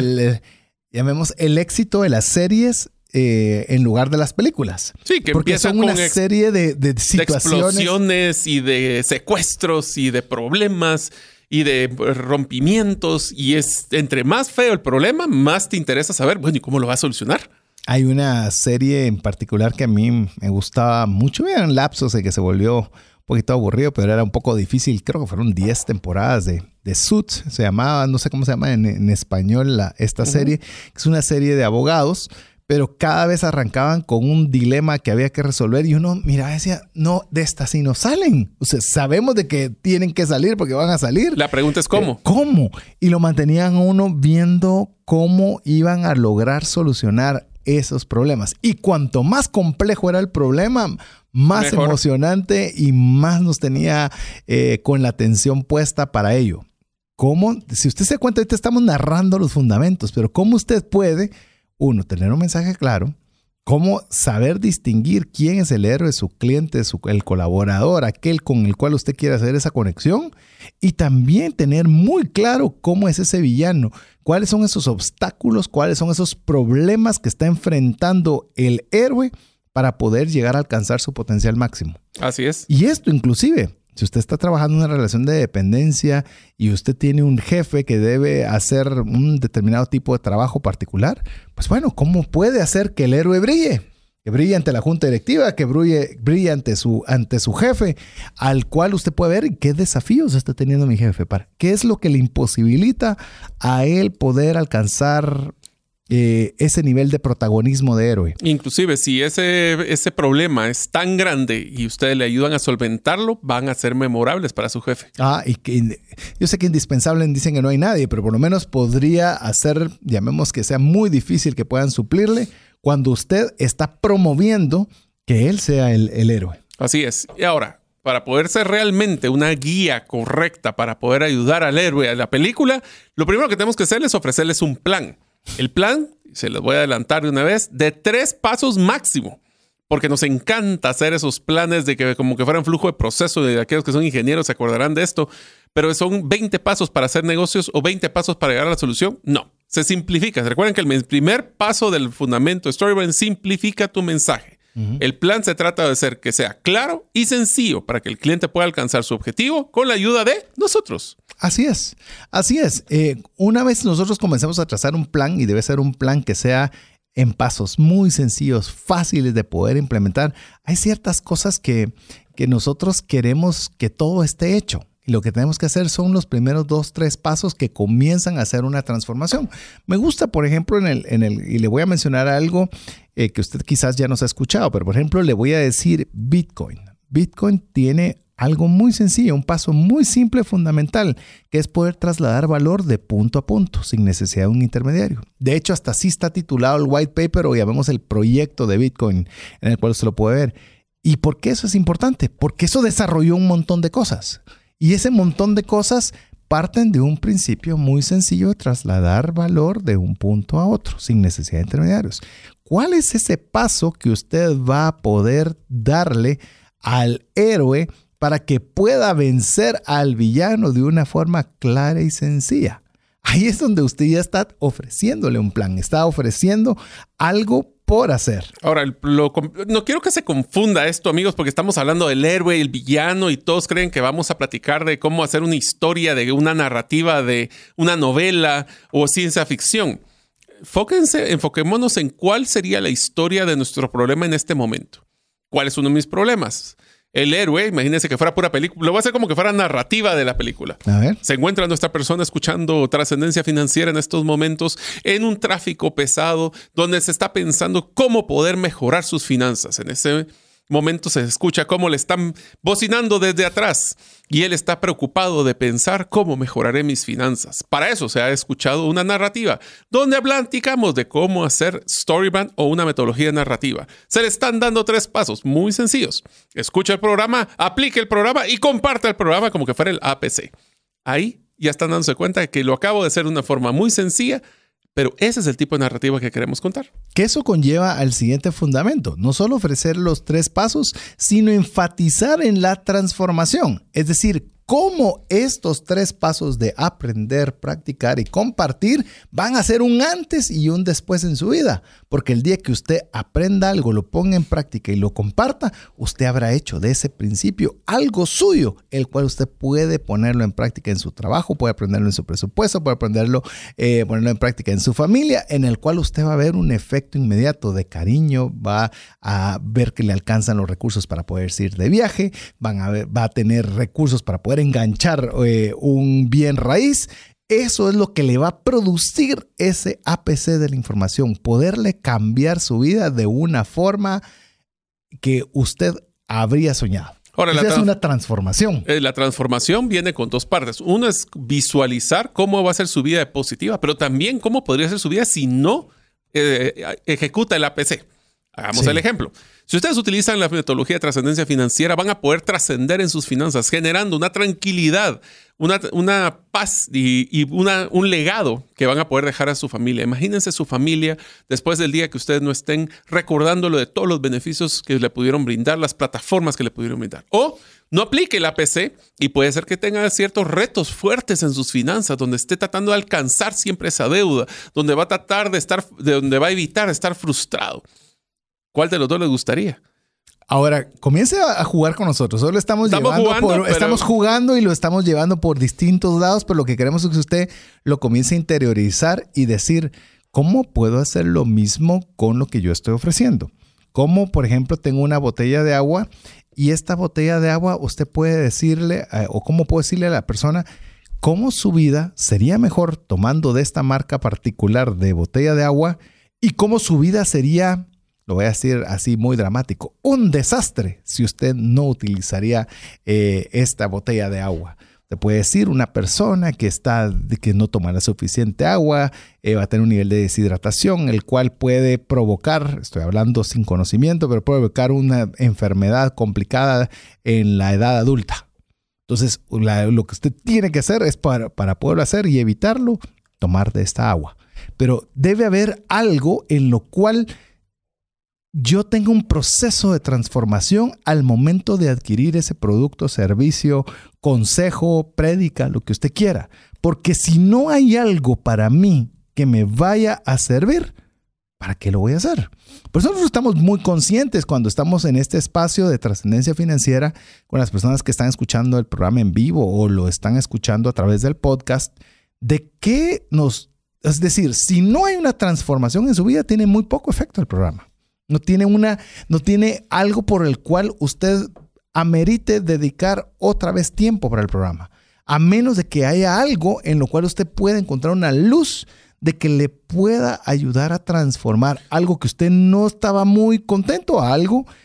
llamemos el éxito de las series en lugar de las películas. Sí, que porque empieza son con una serie de situaciones. De explosiones y de secuestros y de problemas y de rompimientos, y es entre más feo el problema, más te interesa saber, bueno, ¿y cómo lo va a solucionar? Hay una serie en particular que a mí me gustaba mucho. Eran lapsos de que se volvió un poquito aburrido, pero era un poco difícil. Creo que fueron 10 temporadas de Suits. Se llamaba, no sé cómo se llama en español esta serie. Es una serie de abogados, pero cada vez arrancaban con un dilema que había que resolver. Y uno miraba y decía, no, de esta sí no salen. O sea, sabemos de que tienen que salir porque van a salir. La pregunta es ¿cómo? ¿Cómo? Y lo mantenían uno viendo cómo iban a lograr solucionar esos problemas. Y cuanto más complejo era el problema, más mejor, emocionante, y más nos tenía con la atención puesta para ello. ¿Cómo? Si usted se da cuenta, ahorita estamos narrando los fundamentos, pero ¿cómo usted puede, uno, tener un mensaje claro? ¿Cómo saber distinguir quién es el héroe, su cliente, el colaborador, aquel con el cual usted quiere hacer esa conexión? Y también tener muy claro cómo es ese villano, cuáles son esos obstáculos, cuáles son esos problemas que está enfrentando el héroe para poder llegar a alcanzar su potencial máximo. Así es. Y esto inclusive, si usted está trabajando en una relación de dependencia y usted tiene un jefe que debe hacer un determinado tipo de trabajo particular, pues bueno, ¿cómo puede hacer que el héroe brille? Que brille ante la junta directiva, que brille ante su jefe, al cual usted puede ver qué desafíos está teniendo mi jefe. ¿Qué es lo que le imposibilita a él poder alcanzar ese nivel de protagonismo de héroe? Inclusive, si ese problema es tan grande y ustedes le ayudan a solventarlo, van a ser memorables para su jefe. Yo sé que indispensable dicen que no hay nadie, pero por lo menos podría hacer, llamemos que sea muy difícil que puedan suplirle cuando usted está promoviendo que él sea el héroe. Así es. Y ahora, para poder ser realmente una guía correcta para poder ayudar al héroe a la película, lo primero que tenemos que hacer es ofrecerles un plan. El plan, se los voy a adelantar de una vez, de 3 pasos máximo. Porque nos encanta hacer esos planes de que como que fueran flujo de proceso, de aquellos que son ingenieros se acordarán de esto. Pero son 20 pasos para hacer negocios o 20 pasos para llegar a la solución. No, se simplifica. Recuerden que el primer paso del fundamento de Storybrand simplifica tu mensaje. El plan se trata de hacer que sea claro y sencillo para que el cliente pueda alcanzar su objetivo con la ayuda de nosotros. Así es, así es. Una vez nosotros comenzamos a trazar un plan, y debe ser un plan que sea en pasos muy sencillos, fáciles de poder implementar, hay ciertas cosas que nosotros queremos que todo esté hecho. Y lo que tenemos que hacer son los primeros 2, 3 pasos que comienzan a hacer una transformación. Me gusta, por ejemplo, y le voy a mencionar algo que usted quizás ya nos ha escuchado, pero por ejemplo le voy a decir Bitcoin. Bitcoin tiene algo muy sencillo, un paso muy simple, fundamental, que es poder trasladar valor de punto a punto, sin necesidad de un intermediario. De hecho, hasta así está titulado el white paper o llamemos el proyecto de Bitcoin, en el cual usted lo puede ver. ¿Y por qué eso es importante? Porque eso desarrolló un montón de cosas. Y ese montón de cosas parten de un principio muy sencillo de trasladar valor de un punto a otro, sin necesidad de intermediarios. ¿Cuál es ese paso que usted va a poder darle al héroe para que pueda vencer al villano de una forma clara y sencilla? Ahí es donde usted ya está ofreciéndole un plan, está ofreciendo algo por hacer. Ahora, no quiero que se confunda esto, amigos, porque estamos hablando del héroe y el villano y todos creen que vamos a platicar de cómo hacer una historia, de una narrativa, de una novela o ciencia ficción. Enfoquémonos en cuál sería la historia de nuestro problema en este momento. ¿Cuál es uno de mis problemas? El héroe, imagínense que fuera pura película, lo voy a hacer como que fuera narrativa de la película. A ver. Se encuentra nuestra persona escuchando Trascendencia Financiera en estos momentos en un tráfico pesado donde se está pensando cómo poder mejorar sus finanzas. En ese momento se escucha cómo le están bocinando desde atrás y él está preocupado de pensar cómo mejoraré mis finanzas. Para eso se ha escuchado una narrativa donde platicamos de cómo hacer storybrand o una metodología narrativa. Se le están dando 3 pasos muy sencillos. Escucha el programa, aplique el programa y comparte el programa como que fuera el APC. Ahí ya están dándose cuenta de que lo acabo de hacer de una forma muy sencilla, pero ese es el tipo de narrativa que queremos contar. Que eso conlleva al siguiente fundamento. No solo ofrecer los 3 pasos, sino enfatizar en la transformación. Es decir, cómo estos 3 pasos de aprender, practicar y compartir van a ser un antes y un después en su vida. Porque el día que usted aprenda algo, lo ponga en práctica y lo comparta, usted habrá hecho de ese principio algo suyo, el cual usted puede ponerlo en práctica en su trabajo, puede aprenderlo en su presupuesto, puede ponerlo en práctica en su familia, en el cual usted va a ver un efecto inmediato de cariño, va a ver que le alcanzan los recursos para poder ir de viaje, va a tener recursos para poder enganchar un bien raíz. Eso es lo que le va a producir ese APC de la información, poderle cambiar su vida de una forma que usted habría soñado. Ahora, es una transformación. La transformación viene con 2 partes. Una es visualizar cómo va a ser su vida positiva, pero también cómo podría ser su vida si no ejecuta el APC. Hagamos el ejemplo. Si ustedes utilizan la metodología de trascendencia financiera, van a poder trascender en sus finanzas, generando una tranquilidad, una paz y un legado que van a poder dejar a su familia. Imagínense su familia después del día que ustedes no estén recordándolo de todos los beneficios que le pudieron brindar, las plataformas que le pudieron brindar. O no aplique el APC y puede ser que tenga ciertos retos fuertes en sus finanzas, donde esté tratando de alcanzar siempre esa deuda, donde va a tratar donde va a evitar estar frustrado. ¿Cuál de los 2 les gustaría? Ahora, comience a jugar con nosotros. Solo estamos jugando y lo estamos llevando por distintos lados, pero lo que queremos es que usted lo comience a interiorizar y decir, ¿cómo puedo hacer lo mismo con lo que yo estoy ofreciendo? Como, por ejemplo, tengo una botella de agua y esta botella de agua usted puede decirle, o cómo puedo decirle a la persona, cómo su vida sería mejor tomando de esta marca particular de botella de agua y cómo su vida sería, lo voy a decir así muy dramático, un desastre si usted no utilizaría esta botella de agua. Te puede decir una persona que no tomará suficiente agua, va a tener un nivel de deshidratación, el cual puede provocar, estoy hablando sin conocimiento, pero puede provocar una enfermedad complicada en la edad adulta. Entonces, lo que usted tiene que hacer es para poderlo hacer y evitarlo, tomar de esta agua. Pero debe haber algo en lo cual yo tengo un proceso de transformación al momento de adquirir ese producto, servicio, consejo, prédica, lo que usted quiera. Porque si no hay algo para mí que me vaya a servir, ¿para qué lo voy a hacer? Por eso nosotros estamos muy conscientes cuando estamos en este espacio de trascendencia financiera con las personas que están escuchando el programa en vivo o lo están escuchando a través del podcast, de que es decir, si no hay una transformación en su vida, tiene muy poco efecto el programa. No tiene algo por el cual usted amerite dedicar otra vez tiempo para el programa. A menos de que haya algo en lo cual usted pueda encontrar una luz de que le pueda ayudar a transformar algo que usted no estaba muy contento a algo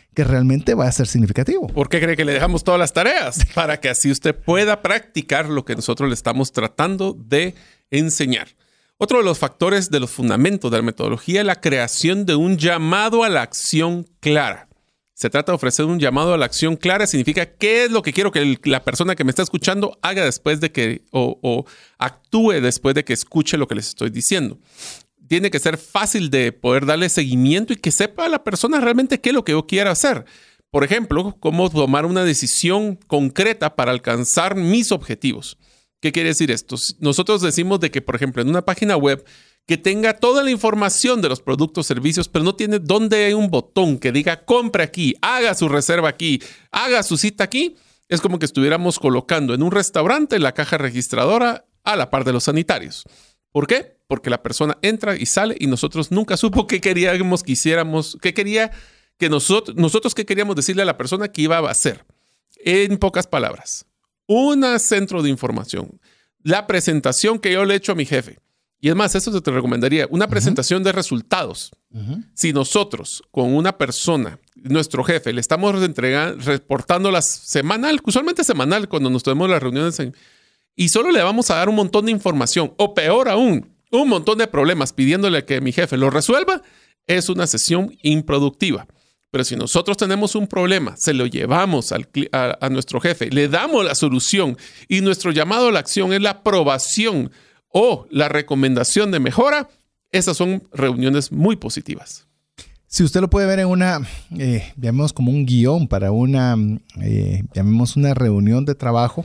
que realmente va a ser significativo. ¿Por qué cree que le dejamos todas las tareas? Para que así usted pueda practicar lo que nosotros le estamos tratando de enseñar. Otro de los factores de los fundamentos de la metodología es la creación de un llamado a la acción clara. Se trata de ofrecer un llamado a la acción clara. Significa qué es lo que quiero que la persona que me está escuchando haga después de que o actúe después de que escuche lo que les estoy diciendo. Tiene que ser fácil de poder darle seguimiento y que sepa la persona realmente qué es lo que yo quiero hacer. Por ejemplo, cómo tomar una decisión concreta para alcanzar mis objetivos. ¿Qué quiere decir esto? Nosotros decimos de que, por ejemplo, en una página web que tenga toda la información de los productos, servicios, pero no tiene donde hay un botón que diga compre aquí, haga su reserva aquí, haga su cita aquí, es como que estuviéramos colocando en un restaurante la caja registradora a la par de los sanitarios. ¿Por qué? Porque la persona entra y sale y nosotros nunca supo qué queríamos que hiciéramos, qué quería que nosotros qué queríamos decirle a la persona que iba a hacer. En pocas palabras, un centro de información, la presentación que yo le he hecho a mi jefe. Y es más, eso te recomendaría, una presentación de resultados. Si nosotros con una persona, nuestro jefe, le estamos reportando usualmente semanal, cuando nos tenemos las reuniones, y solo le vamos a dar un montón de información, o peor aún, un montón de problemas pidiéndole que mi jefe lo resuelva, es una sesión improductiva. Pero si nosotros tenemos un problema, se lo llevamos a nuestro jefe, le damos la solución y nuestro llamado a la acción es la aprobación o la recomendación de mejora, esas son reuniones muy positivas. Si usted lo puede ver en una, llamemos como un guión para una, llamemos una reunión de trabajo,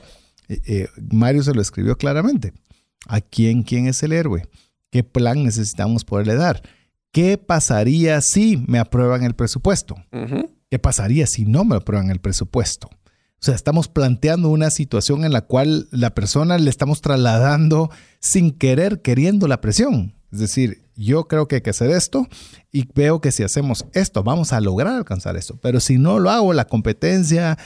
Mario se lo escribió claramente. ¿A quién es el héroe? ¿Qué plan necesitamos poderle dar? ¿Qué pasaría si me aprueban el presupuesto? ¿Qué pasaría si no me aprueban el presupuesto? O sea, estamos planteando una situación en la cual la persona le estamos trasladando sin querer, queriendo la presión. Es decir, yo creo que hay que hacer esto y veo que si hacemos esto, vamos a lograr alcanzar esto. Pero si no lo hago, la competencia,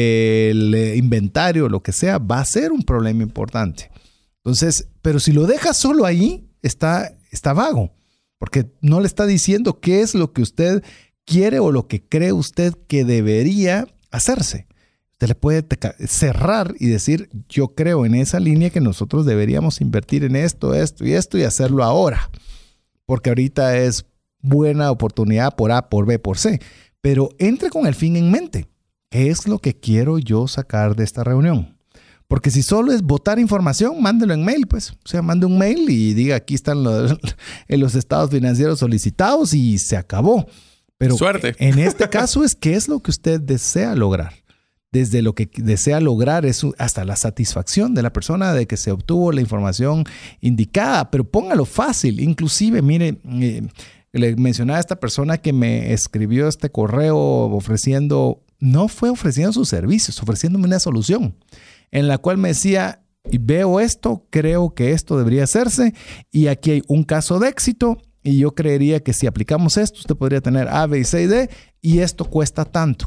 el inventario, lo que sea, va a ser un problema importante. Entonces, pero si lo deja solo ahí, está vago. Porque no le está diciendo qué es lo que usted quiere o lo que cree usted que debería hacerse. Usted le puede cerrar y decir, yo creo en esa línea que nosotros deberíamos invertir en esto, esto y esto y hacerlo ahora. Porque ahorita es buena oportunidad por A, por B, por C. Pero entre con el fin en mente. ¿Qué es lo que quiero yo sacar de esta reunión? Porque si solo es botar información, mándelo en mail, pues. O sea, mande un mail y diga, aquí están los estados financieros solicitados y se acabó. Pero suerte. En este caso es qué es lo que usted desea lograr. Desde lo que desea lograr es hasta la satisfacción de la persona de que se obtuvo la información indicada. Pero póngalo fácil. Inclusive, mire, le mencionaba a esta persona que me escribió este correo ofreciendo, no fue ofreciendo sus servicios, ofreciéndome una solución en la cual me decía, veo esto, creo que esto debería hacerse y aquí hay un caso de éxito y yo creería que si aplicamos esto, usted podría tener A, B, C y D y esto cuesta tanto.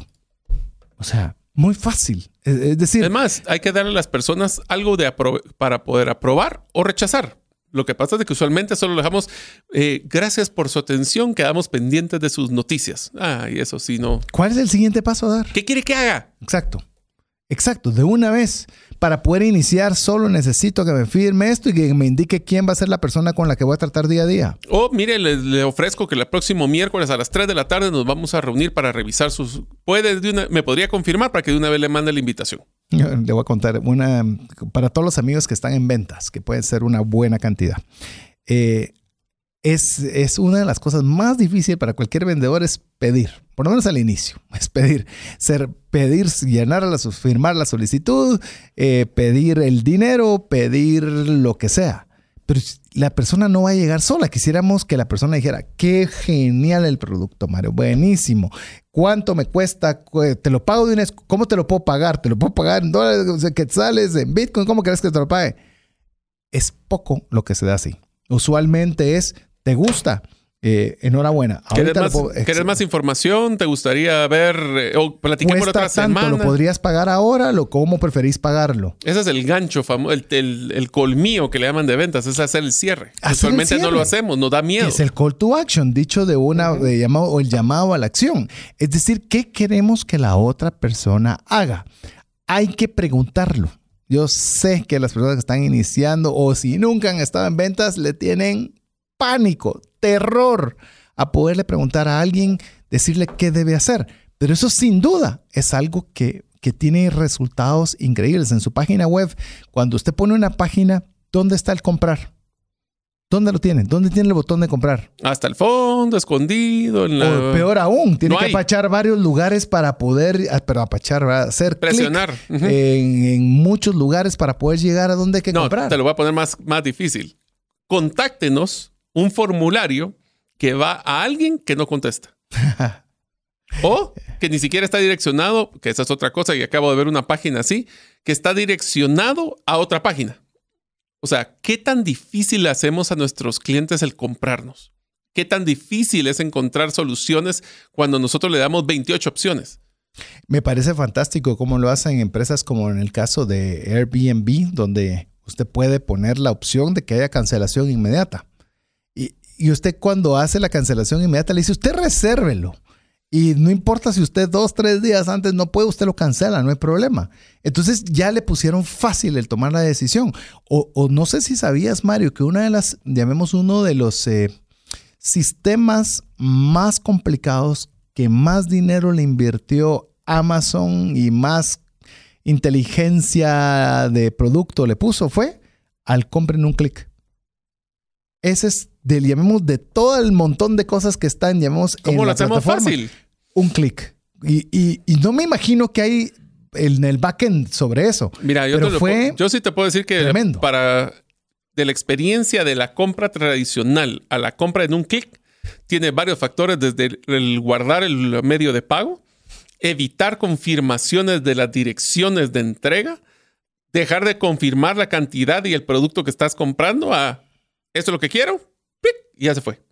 O sea, muy fácil. Es decir... Además, hay que darle a las personas algo para poder aprobar o rechazar. Lo que pasa es que usualmente solo le dejamos, gracias por su atención, quedamos pendientes de sus noticias. Y eso sí, no. ¿Cuál es el siguiente paso a dar? ¿Qué quiere que haga? Exacto, de una vez. Para poder iniciar solo necesito que me firme esto y que me indique quién va a ser la persona con la que voy a tratar día a día. Mire, le ofrezco que el próximo miércoles a las 3 de la tarde nos vamos a reunir para revisar sus... ¿Me podría confirmar para que de una vez le mande la invitación? Yo le voy a contar una para todos los amigos que están en ventas, que pueden ser una buena cantidad. Es una de las cosas más difíciles para cualquier vendedor es pedir, por lo menos al inicio, es pedir, firmar la solicitud, pedir el dinero, pedir lo que sea. Pero la persona no va a llegar sola. Quisiéramos que la persona dijera, qué genial el producto, Mario, buenísimo. ¿Cuánto me cuesta? Te lo pago de una vez. ¿Cómo te lo puedo pagar? ¿Te lo puedo pagar en dólares, quetzales, en Bitcoin? ¿Cómo crees que te lo pague? Es poco lo que se da así. Usualmente es, ¿te gusta? Enhorabuena. ¿Querés más información? ¿Te gustaría ver o platiquemos otra semana? ¿Lo podrías pagar ahora? ¿Cómo preferís pagarlo? Ese es el gancho famoso, el colmillo que le llaman de ventas, es hacer el cierre. Usualmente no lo hacemos, nos da miedo. Es el call to action, dicho de llamado, o el llamado a la acción. Es decir, ¿qué queremos que la otra persona haga? Hay que preguntarlo. Yo sé que las personas que están iniciando o si nunca han estado en ventas le tienen pánico, terror a poderle preguntar a alguien, decirle qué debe hacer. Pero eso sin duda es algo que tiene resultados increíbles. En su página web, cuando usted pone una página, ¿dónde está el comprar? ¿Dónde lo tienen? ¿Dónde tiene el botón de comprar? Hasta el fondo, escondido. O peor aún, tiene que apachar varios lugares para poder, hacer presionar. En muchos lugares para poder llegar a donde hay que comprar. Te lo voy a poner más difícil. Contáctenos un formulario que va a alguien que no contesta. O que ni siquiera está direccionado, que esa es otra cosa, y acabo de ver una página así, que está direccionado a otra página. O sea, ¿qué tan difícil le hacemos a nuestros clientes el comprarnos? ¿Qué tan difícil es encontrar soluciones cuando nosotros le damos 28 opciones? Me parece fantástico cómo lo hacen empresas como en el caso de Airbnb, donde usted puede poner la opción de que haya cancelación inmediata. Y usted cuando hace la cancelación inmediata le dice, usted resérvelo. Y no importa si usted 2-3 días antes no puede, usted lo cancela, no hay problema. Entonces ya le pusieron fácil el tomar la decisión. O no sé si sabías, Mario, que uno de los sistemas más complicados que más dinero le invirtió Amazon y más inteligencia de producto le puso fue al compra en un clic. Ese es de todo el montón de cosas que están, llamemos, ¿cómo en lo hacemos fácil? Un clic. Y no me imagino que hay en el backend sobre eso. Mira, yo sí te puedo decir que tremendo. De la experiencia de la compra tradicional a la compra en un clic, tiene varios factores, desde el guardar el medio de pago, evitar confirmaciones de las direcciones de entrega, dejar de confirmar la cantidad y el producto que estás comprando a esto es lo que quiero, y ya se fue.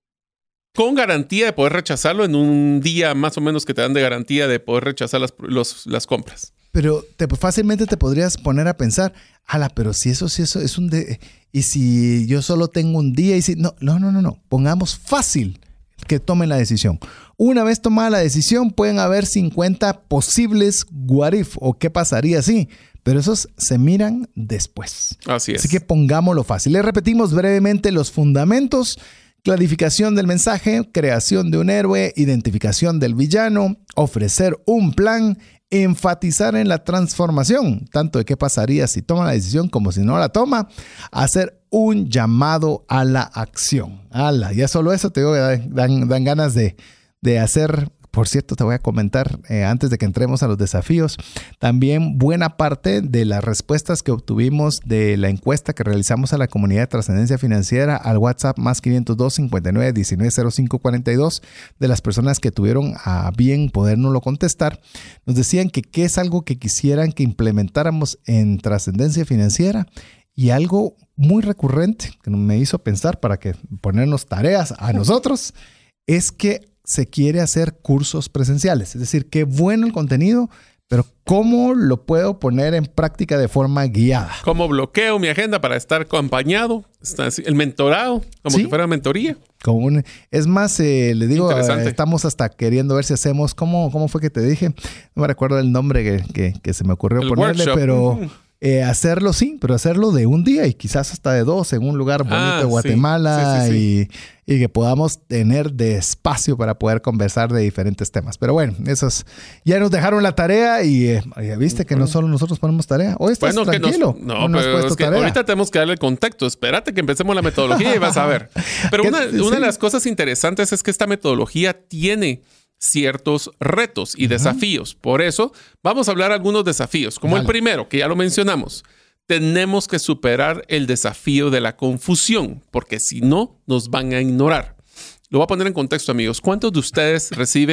Con garantía de poder rechazarlo en un día más o menos que te dan de garantía de poder rechazar las compras. Pero fácilmente te podrías poner a pensar, pero si eso es y si yo solo tengo un día y si no. Pongamos fácil que tomen la decisión. Una vez tomada la decisión, pueden haber 50 posibles what if o qué pasaría si. Pero esos se miran después. Así es. Así que pongámoslo fácil. Les repetimos brevemente los fundamentos: clarificación del mensaje, creación de un héroe, identificación del villano, ofrecer un plan, enfatizar en la transformación, tanto de qué pasaría si toma la decisión como si no la toma, hacer un llamado a la acción. Ya solo eso te digo, dan ganas de hacer. Por cierto, te voy a comentar antes de que entremos a los desafíos, también buena parte de las respuestas que obtuvimos de la encuesta que realizamos a la comunidad de Trascendencia Financiera al WhatsApp más 502 59 19 05 42 de las personas que tuvieron a bien podernoslo contestar, nos decían que qué es algo que quisieran que implementáramos en Trascendencia Financiera, y algo muy recurrente que me hizo pensar para que ponernos tareas a nosotros es que se quiere hacer cursos presenciales. Es decir, qué bueno el contenido, pero ¿cómo lo puedo poner en práctica de forma guiada? ¿Cómo bloqueo mi agenda para estar acompaño? El mentorado, como si fuera mentoría. Es más, le digo, estamos hasta queriendo ver si hacemos, ¿cómo fue que te dije? No me recuerdo el nombre que se me ocurrió ponerle, workshop. Pero hacerlo sí, pero hacerlo de un día y quizás hasta de 2 en un lugar bonito de Guatemala. Sí. Y que podamos tener de espacio para poder conversar de diferentes temas. Pero bueno, esos ya nos dejaron la tarea y ya viste que no solo nosotros ponemos tarea. Hoy estás tranquilo. Pero es que ahorita tenemos que darle el contexto. Espérate que empecemos la metodología y vas a ver. Pero una de las cosas interesantes es que esta metodología tiene ciertos retos y desafíos. Por eso vamos a hablar de algunos desafíos, como el primero, que ya lo mencionamos. Tenemos que superar el desafío de la confusión, porque si no, nos van a ignorar. Lo voy a poner en contexto, amigos. ¿Cuántos de ustedes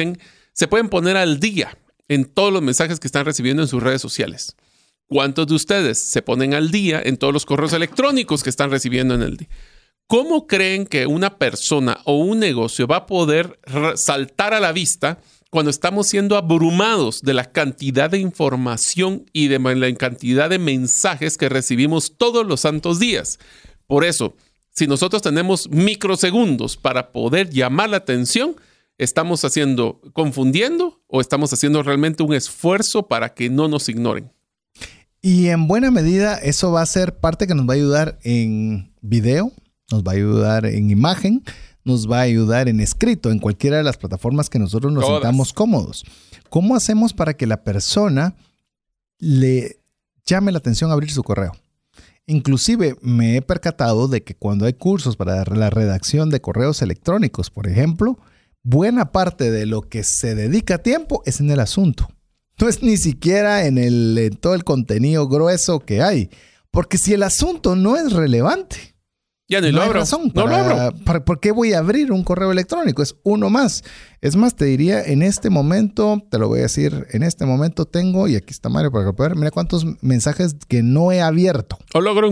se pueden poner al día en todos los mensajes que están recibiendo en sus redes sociales? ¿Cuántos de ustedes se ponen al día en todos los correos electrónicos que están recibiendo en el día? ¿Cómo creen que una persona o un negocio va a poder saltar a la vista cuando estamos siendo abrumados de la cantidad de información y de la cantidad de mensajes que recibimos todos los santos días? Por eso, si nosotros tenemos microsegundos para poder llamar la atención, ¿estamos confundiendo o estamos haciendo realmente un esfuerzo para que no nos ignoren? Y en buena medida eso va a ser parte que nos va a ayudar en video, nos va a ayudar en imagen, nos va a ayudar en escrito, en cualquiera de las plataformas que nosotros nos sintamos cómodos. ¿Cómo hacemos para que la persona le llame la atención a abrir su correo? Inclusive me he percatado de que cuando hay cursos para la redacción de correos electrónicos, por ejemplo, buena parte de lo que se dedica tiempo es en el asunto. No es ni siquiera en todo el contenido grueso que hay. Porque si el asunto no es relevante, ya no lo abro. ¿Por qué voy a abrir un correo electrónico? Es uno más. Es más, te diría, en este momento, te lo voy a decir, en este momento tengo, y aquí está Mario para poder, mira cuántos mensajes que no he abierto. Logro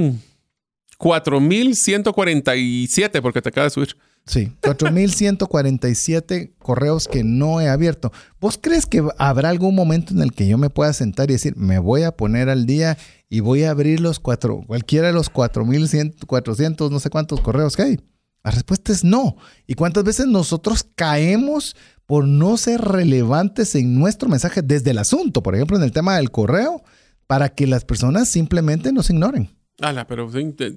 4,147 porque te acaba de subir. Sí, 4,147 correos que no he abierto. ¿Vos crees que habrá algún momento en el que yo me pueda sentar y decir, me voy a poner al día y voy a abrir cualquiera de los 4,400, no sé cuántos correos que hay? La respuesta es no. ¿Y cuántas veces nosotros caemos por no ser relevantes en nuestro mensaje desde el asunto? Por ejemplo, en el tema del correo, para que las personas simplemente nos ignoren. Pero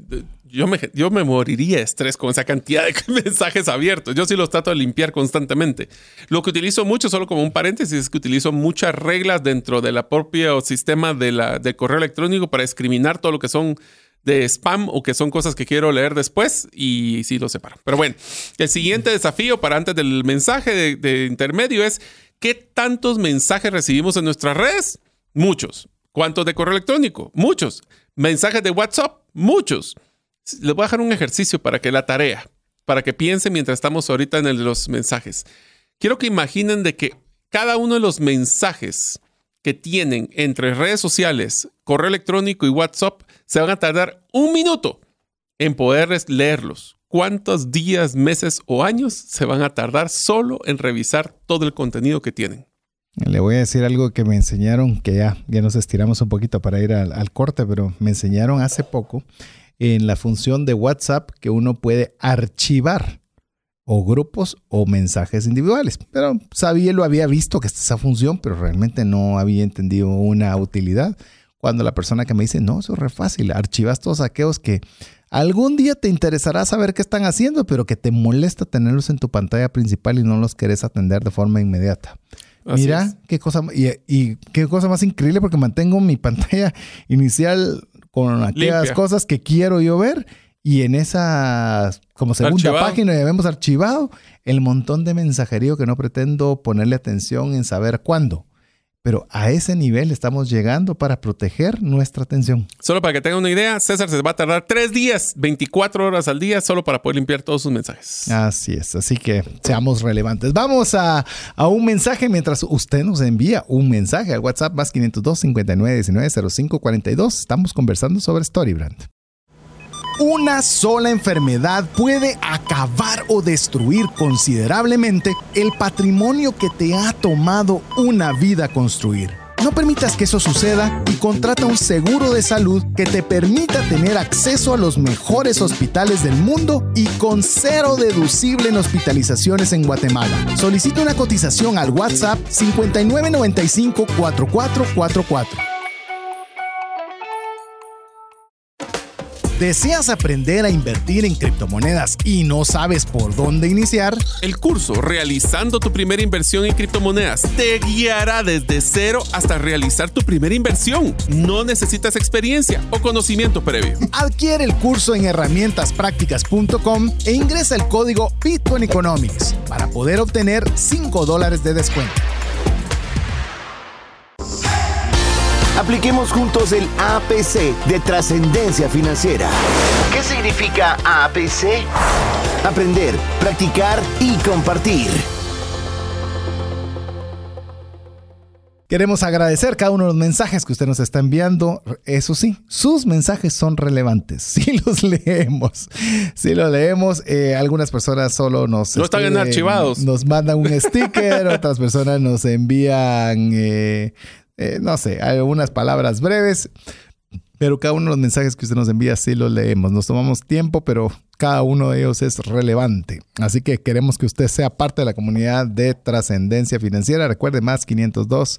yo me moriría de estrés con esa cantidad de mensajes abiertos. Yo sí los trato de limpiar constantemente. Lo que utilizo mucho, solo como un paréntesis, es que utilizo muchas reglas dentro del propio sistema de correo electrónico para discriminar todo lo que son de spam o que son cosas que quiero leer después y sí lo separo. Pero bueno, el siguiente desafío para antes del mensaje de intermedio es ¿qué tantos mensajes recibimos en nuestras redes? Muchos. ¿Cuántos de correo electrónico? Muchos. ¿Mensajes de WhatsApp? Muchos. Les voy a dejar un ejercicio para que piensen mientras estamos ahorita en los mensajes. Quiero que imaginen de que cada uno de los mensajes que tienen entre redes sociales, correo electrónico y WhatsApp se van a tardar 1 minuto en poder leerlos. ¿Cuántos días, meses o años se van a tardar solo en revisar todo el contenido que tienen? Le voy a decir algo que me enseñaron, que ya nos estiramos un poquito para ir al corte, pero me enseñaron hace poco en la función de WhatsApp que uno puede archivar o grupos o mensajes individuales. Pero lo había visto que está esa función, pero realmente no había entendido una utilidad. Cuando la persona que me dice, no, eso es re fácil, archivas todos aquellos que algún día te interesará saber qué están haciendo, pero que te molesta tenerlos en tu pantalla principal y no los querés atender de forma inmediata. Mira, qué cosa, y qué cosa más increíble, porque mantengo mi pantalla inicial con aquellas cosas que quiero yo ver, y en esa como segunda página ya vemos archivado el montón de mensajerío que no pretendo ponerle atención en saber cuándo. Pero a ese nivel estamos llegando para proteger nuestra atención. Solo para que tengan una idea, César se va a tardar 3 días, 24 horas al día, solo para poder limpiar todos sus mensajes. Así es, así que seamos relevantes. Vamos a un mensaje mientras usted nos envía un mensaje al WhatsApp más 502 59 19 05 42. Estamos conversando sobre StoryBrand. Una sola enfermedad puede acabar o destruir considerablemente el patrimonio que te ha tomado una vida construir. No permitas que eso suceda y contrata un seguro de salud que te permita tener acceso a los mejores hospitales del mundo y con 0 deducible en hospitalizaciones en Guatemala. Solicita una cotización al WhatsApp 5995 4444. ¿Deseas aprender a invertir en criptomonedas y no sabes por dónde iniciar? El curso Realizando tu primera inversión en criptomonedas te guiará desde cero hasta realizar tu primera inversión. No necesitas experiencia o conocimiento previo. Adquiere el curso en herramientaspracticas.com e ingresa el código Bitcoin Economics para poder obtener $5 de descuento. Apliquemos juntos el APC de Trascendencia Financiera. ¿Qué significa APC? Aprender, practicar y compartir. Queremos agradecer cada uno de los mensajes que usted nos está enviando. Eso sí, sus mensajes son relevantes. Sí los leemos. Sí los leemos. Algunas personas solo nos... No están archivados. Nos mandan un sticker. Otras personas nos envían, no sé, algunas palabras breves. Pero cada uno de los mensajes que usted nos envía sí los leemos. Nos tomamos tiempo, pero cada uno de ellos es relevante. Así que queremos que usted sea parte de la comunidad de Trascendencia Financiera. Recuerde, más 502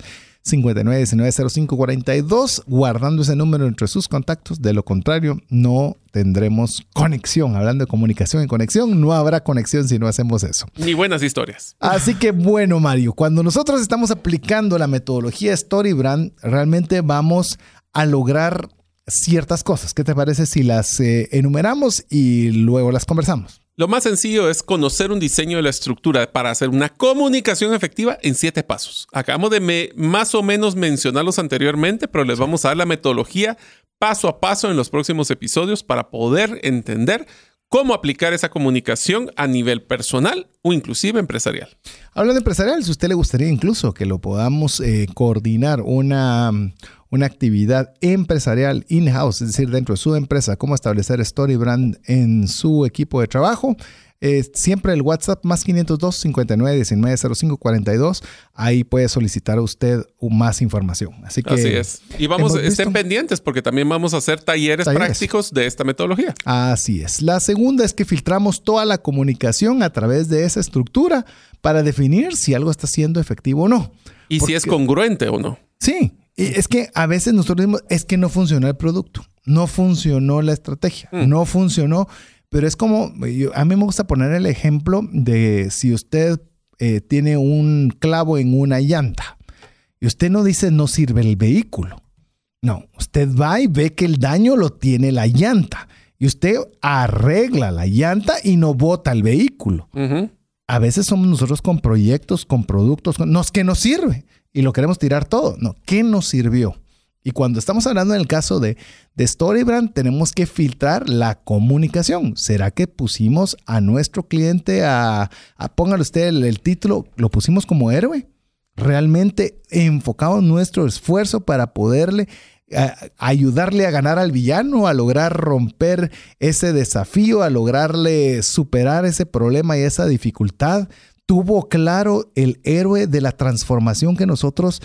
59 19 05 42, guardando ese número entre sus contactos. De lo contrario, no tendremos conexión. Hablando de comunicación y conexión, no habrá conexión si no hacemos eso. Ni buenas historias. Así que bueno, Mario, cuando nosotros estamos aplicando la metodología StoryBrand, realmente vamos a lograr ciertas cosas. ¿Qué te parece si las enumeramos y luego las conversamos? Lo más sencillo es conocer un diseño de la estructura para hacer una comunicación efectiva en 7 pasos. Acabamos de más o menos mencionarlos anteriormente, pero les vamos a dar la metodología paso a paso en los próximos episodios para poder entender cómo aplicar esa comunicación a nivel personal o inclusive empresarial. Hablando de empresarial, si a usted le gustaría incluso que lo podamos coordinar una actividad empresarial in-house, es decir, dentro de su empresa, cómo establecer StoryBrand en su equipo de trabajo, siempre el WhatsApp más 502 59 19 05 42. Ahí puede solicitar a usted más información. Así es. Y estén pendientes porque también vamos a hacer talleres prácticos de esta metodología. Así es. La segunda es que filtramos toda la comunicación a través de esa estructura para definir si algo está siendo efectivo o no. Y si es congruente o no. Sí. Y es que a veces nosotros decimos, es que no funcionó el producto, no funcionó la estrategia, no funcionó. Pero es como, a mí me gusta poner el ejemplo de si usted tiene un clavo en una llanta y usted no dice no sirve el vehículo. No, usted va y ve que el daño lo tiene la llanta y usted arregla la llanta y no bota el vehículo. Uh-huh. A veces somos nosotros con proyectos, con productos, que nos sirve y lo queremos tirar todo. No, ¿qué nos sirvió? Y cuando estamos hablando en el caso de StoryBrand, tenemos que filtrar la comunicación. ¿Será que pusimos a nuestro cliente póngale usted el título, lo pusimos como héroe? ¿Realmente enfocamos nuestro esfuerzo para poderle ayudarle a ganar al villano, a lograr romper ese desafío, a lograrle superar ese problema y esa dificultad? ¿Tuvo claro el héroe de la transformación que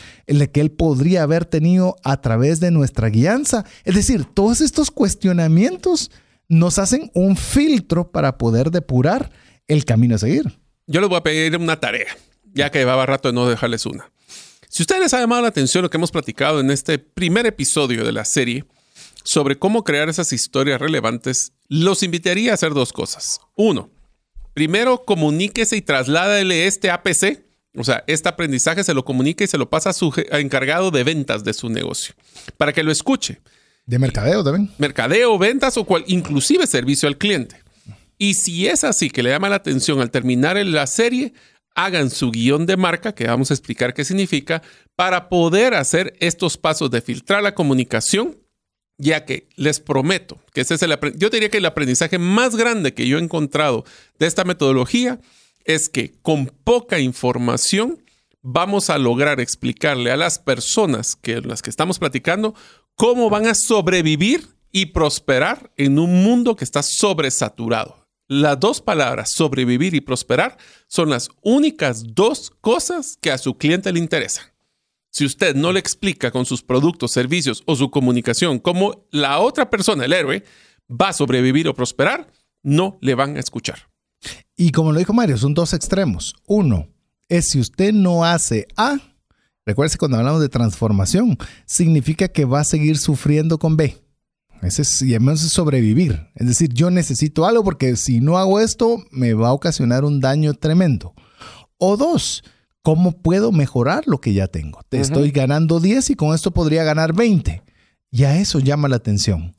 él podría haber tenido a través de nuestra guianza? Es decir, todos estos cuestionamientos nos hacen un filtro para poder depurar el camino a seguir. Yo les voy a pedir una tarea, ya que llevaba rato de no dejarles una. Si a ustedes les ha llamado la atención lo que hemos platicado en este primer episodio de la serie sobre cómo crear esas historias relevantes, los invitaría a hacer 2 cosas. 1, primero, comuníquese y trasládele este APC, o sea, este aprendizaje se lo comunica y se lo pasa a su encargado de ventas de su negocio, para que lo escuche. De mercadeo también. Mercadeo, ventas o inclusive servicio al cliente. Y si es así que le llama la atención al terminar la serie, hagan su guión de marca, que vamos a explicar qué significa, para poder hacer estos pasos de filtrar la comunicación, ya que les prometo que ese es yo diría que el aprendizaje más grande que yo he encontrado de esta metodología es que con poca información vamos a lograr explicarle a las personas las que estamos platicando cómo van a sobrevivir y prosperar en un mundo que está sobresaturado. Las 2 palabras, sobrevivir y prosperar, son las únicas 2 cosas que a su cliente le interesan. Si usted no le explica con sus productos, servicios o su comunicación cómo la otra persona, el héroe, va a sobrevivir o prosperar, no le van a escuchar. Y como lo dijo Mario, son 2 extremos. 1 es si usted no hace A, recuerde cuando hablamos de transformación, significa que va a seguir sufriendo con B. Ese es sobrevivir. Es decir, yo necesito algo porque si no hago esto, me va a ocasionar un daño tremendo. O 2, ¿cómo puedo mejorar lo que ya tengo? Estoy ganando 10 y con esto podría ganar 20. Ya eso llama la atención.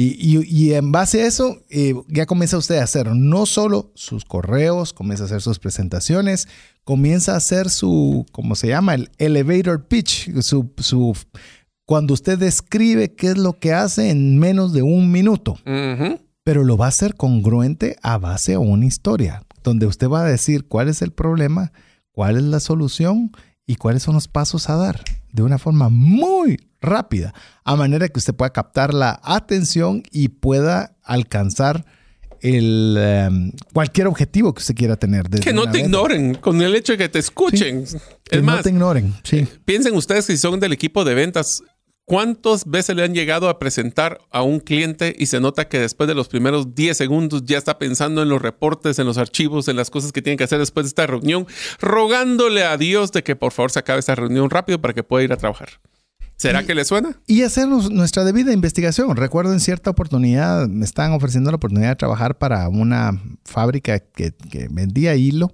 Y en base a eso, ya comienza usted a hacer no solo sus correos, comienza a hacer sus presentaciones, comienza a hacer ¿cómo se llama? El elevator pitch, cuando usted describe qué es lo que hace en menos de 1 minuto. Uh-huh. Pero lo va a hacer congruente a base de una historia, donde usted va a decir cuál es el problema, cuál es la solución y cuáles son los pasos a dar de una forma muy rápida, a manera que usted pueda captar la atención y pueda alcanzar cualquier objetivo que usted quiera tener. Que no te ignoren con el hecho de que te escuchen. Sí, es más, no te ignoren. Sí. Piensen ustedes que si son del equipo de ventas, ¿cuántas veces le han llegado a presentar a un cliente y se nota que después de los primeros 10 segundos ya está pensando en los reportes, en los archivos, en las cosas que tienen que hacer después de esta reunión, rogándole a Dios de que por favor se acabe esta reunión rápido para que pueda ir a trabajar? ¿Será que le suena? Y hacer nuestra debida investigación. Recuerdo en cierta oportunidad, me estaban ofreciendo la oportunidad de trabajar para una fábrica que vendía hilo.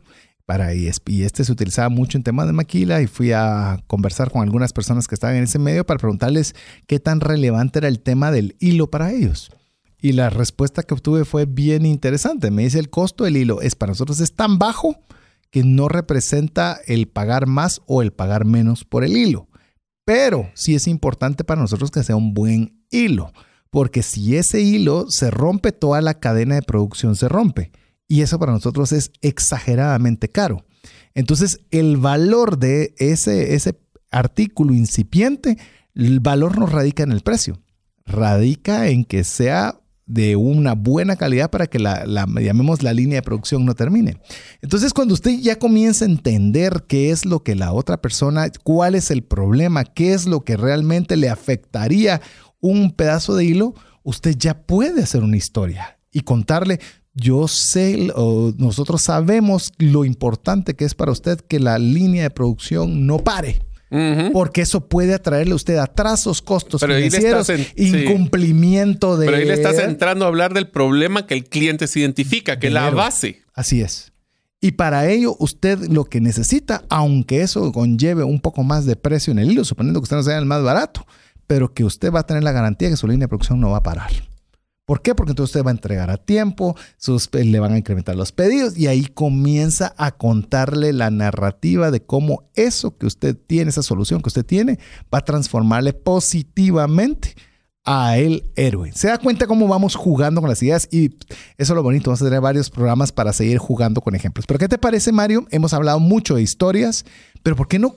Y se utilizaba mucho en temas de maquila, y fui a conversar con algunas personas que estaban en ese medio para preguntarles qué tan relevante era el tema del hilo para ellos. Y la respuesta que obtuve fue bien interesante. Me dice: el costo del hilo para nosotros es tan bajo que no representa el pagar más o el pagar menos por el hilo. Pero sí es importante para nosotros que sea un buen hilo, porque si ese hilo se rompe, toda la cadena de producción se rompe. Y eso para nosotros es exageradamente caro. Entonces, el valor de ese artículo incipiente, el valor no radica en el precio. Radica en que sea de una buena calidad para que llamemos la línea de producción no termine. Entonces, cuando usted ya comienza a entender qué es lo que la otra persona, cuál es el problema, qué es lo que realmente le afectaría un pedazo de hilo, usted ya puede hacer una historia y contarle: yo sé, nosotros sabemos lo importante que es para usted que la línea de producción no pare. Porque eso puede atraerle a usted atrasos, costos financieros, incumplimiento de... Pero ahí le estás entrando a hablar del problema que el cliente se identifica, que es la base. Así es. Y para ello, usted lo que necesita, aunque eso conlleve un poco más de precio en el hilo, suponiendo que usted no sea el más barato, pero que usted va a tener la garantía que su línea de producción no va a parar. ¿Por qué? Porque entonces usted va a entregar a tiempo, le van a incrementar los pedidos, y ahí comienza a contarle la narrativa de cómo eso que usted tiene, esa solución que usted tiene, va a transformarle positivamente a el héroe. ¿Se da cuenta cómo vamos jugando con las ideas? Y eso es lo bonito. Vamos a tener varios programas para seguir jugando con ejemplos. ¿Pero qué te parece, Mario? Hemos hablado mucho de historias, pero ¿por qué no?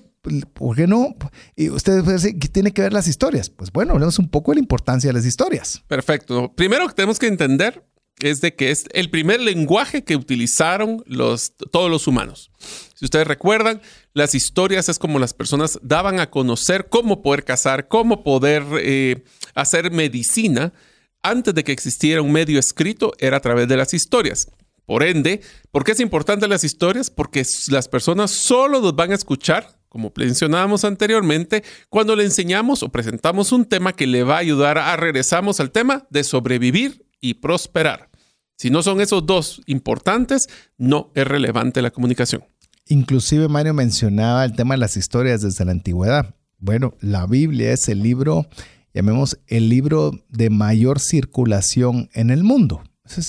Y ustedes pueden decir, ¿qué tiene que ver las historias? Pues bueno, hablemos un poco de la importancia de las historias. Perfecto. Primero que tenemos que entender es de que es el primer lenguaje que utilizaron todos los humanos. Si ustedes recuerdan, las historias es como las personas daban a conocer cómo poder cazar, cómo poder hacer medicina. Antes de que existiera un medio escrito, era a través de las historias. Por ende, ¿por qué es importante las historias? Porque las personas solo nos van a escuchar, como mencionábamos anteriormente, cuando le enseñamos o presentamos un tema que le va a ayudar regresamos al tema de sobrevivir y prosperar. Si no son esos dos importantes, no es relevante la comunicación. Inclusive Mario mencionaba el tema de las historias desde la antigüedad. Bueno, la Biblia es el libro, llamemos el libro de mayor circulación en el mundo.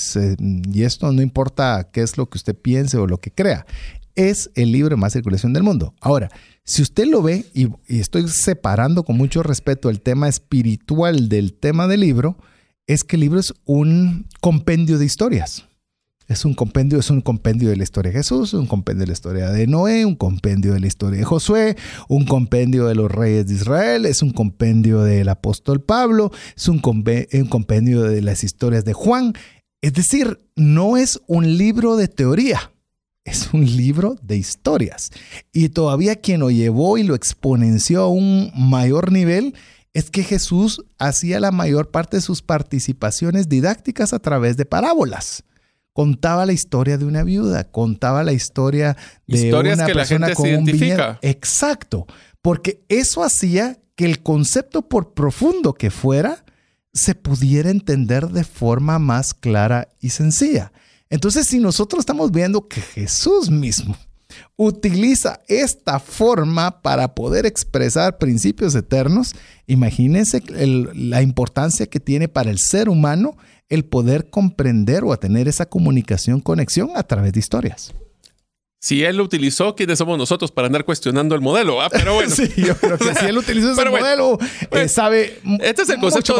Y esto no importa qué es lo que usted piense o lo que crea. Es el libro de más circulación del mundo. Ahora, si usted lo ve, y estoy separando con mucho respeto el tema espiritual del tema del libro, es que el libro es un compendio de historias. Es un compendio de la historia de Jesús, un compendio de la historia de Noé, un compendio de la historia de Josué, un compendio de los reyes de Israel, es un compendio del apóstol Pablo, es un compendio de las historias de Juan. Es decir, no es un libro de teoría, es un libro de historias. Y todavía quien lo llevó y lo exponenció a un mayor nivel es que Jesús hacía la mayor parte de sus participaciones didácticas a través de parábolas. Contaba la historia de una viuda, contaba la historia de historias una que persona la gente con se un viñedo. identifica. Exacto, porque eso hacía que el concepto, por profundo que fuera, se pudiera entender de forma más clara y sencilla. Entonces, si nosotros estamos viendo que Jesús mismo utiliza esta forma para poder expresar principios eternos, imagínense la importancia que tiene para el ser humano el poder comprender o a tener esa comunicación, conexión a través de historias. Si él lo utilizó, ¿quiénes somos nosotros para andar cuestionando el modelo? Pero bueno. Sí, yo creo que si él utilizó ese modelo, sabe. Este es el concepto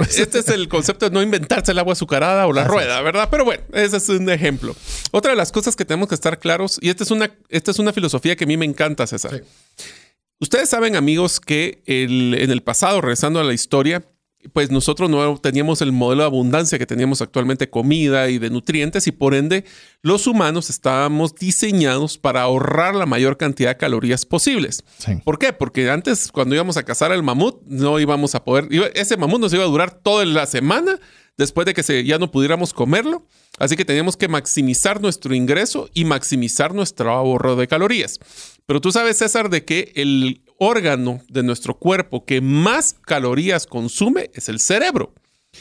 de no inventarse el agua azucarada o la rueda, ¿verdad? Pero bueno, ese es un ejemplo. Otra de las cosas que tenemos que estar claros, y esta es una filosofía que a mí me encanta, César. Sí. Ustedes saben, amigos, que en el pasado, regresando a la historia, pues nosotros no teníamos el modelo de abundancia que teníamos actualmente, comida y de nutrientes, y por ende los humanos estábamos diseñados para ahorrar la mayor cantidad de calorías posibles. Sí. ¿Por qué? Porque antes, cuando íbamos a cazar el mamut, no íbamos a poder, ese mamut nos iba a durar toda la semana después de que ya no pudiéramos comerlo. Así que teníamos que maximizar nuestro ingreso y maximizar nuestro ahorro de calorías. Pero tú sabes, César, de que el órgano de nuestro cuerpo que más calorías consume es el cerebro.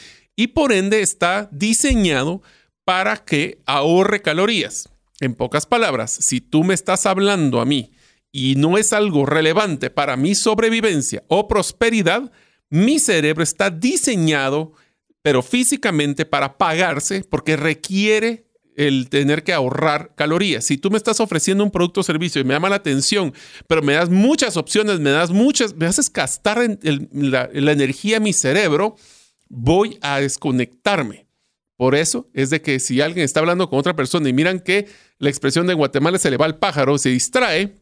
Y por ende está diseñado para que ahorre calorías. En pocas palabras, si tú me estás hablando a mí y no es algo relevante para mi sobrevivencia o prosperidad, mi cerebro está diseñado, pero físicamente, para pagarse, porque requiere el tener que ahorrar calorías. Si tú me estás ofreciendo un producto o servicio y me llama la atención, pero me das muchas opciones, me haces gastar la energía a mi cerebro, voy a desconectarme. Por eso es de que si alguien está hablando con otra persona y miran que la expresión de Guatemala se le va al pájaro, se distrae,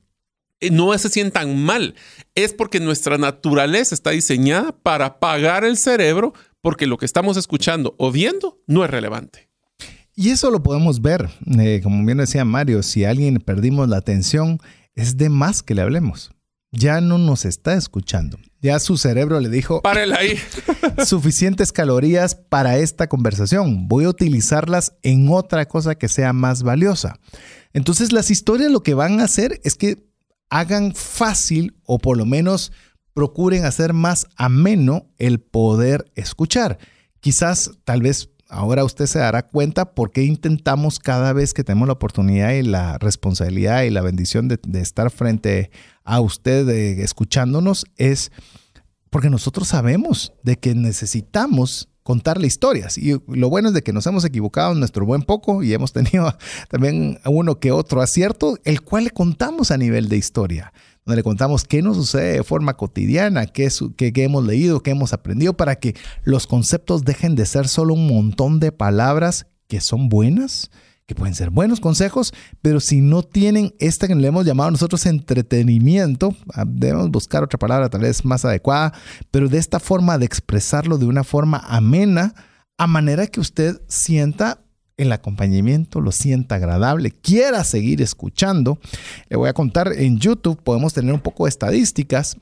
no se sientan mal. Es porque nuestra naturaleza está diseñada para apagar el cerebro, porque lo que estamos escuchando o viendo no es relevante. Y eso lo podemos ver, como bien decía Mario, si a alguien perdimos la atención, es de más que le hablemos. Ya no nos está escuchando. Ya su cerebro le dijo, párela ahí. Suficientes calorías para esta conversación. Voy a utilizarlas en otra cosa que sea más valiosa. Entonces las historias lo que van a hacer es que hagan fácil, o por lo menos procuren hacer más ameno el poder escuchar. Quizás, tal vez, ahora usted se dará cuenta por qué intentamos cada vez que tenemos la oportunidad y la responsabilidad y la bendición de estar frente a usted escuchándonos, es porque nosotros sabemos de que necesitamos contarle historias. Y lo bueno es de que nos hemos equivocado en nuestro buen poco y hemos tenido también uno que otro acierto, el cual le contamos a nivel de historia, donde le contamos qué nos sucede de forma cotidiana, qué hemos leído, qué hemos aprendido, para que los conceptos dejen de ser solo un montón de palabras que son buenas, que pueden ser buenos consejos, pero si no tienen esta que le hemos llamado nosotros entretenimiento, debemos buscar otra palabra tal vez más adecuada, pero de esta forma de expresarlo de una forma amena, a manera que usted sienta el acompañamiento, lo sienta agradable, quiera seguir escuchando. Le voy a contar, en YouTube podemos tener un poco de estadísticas.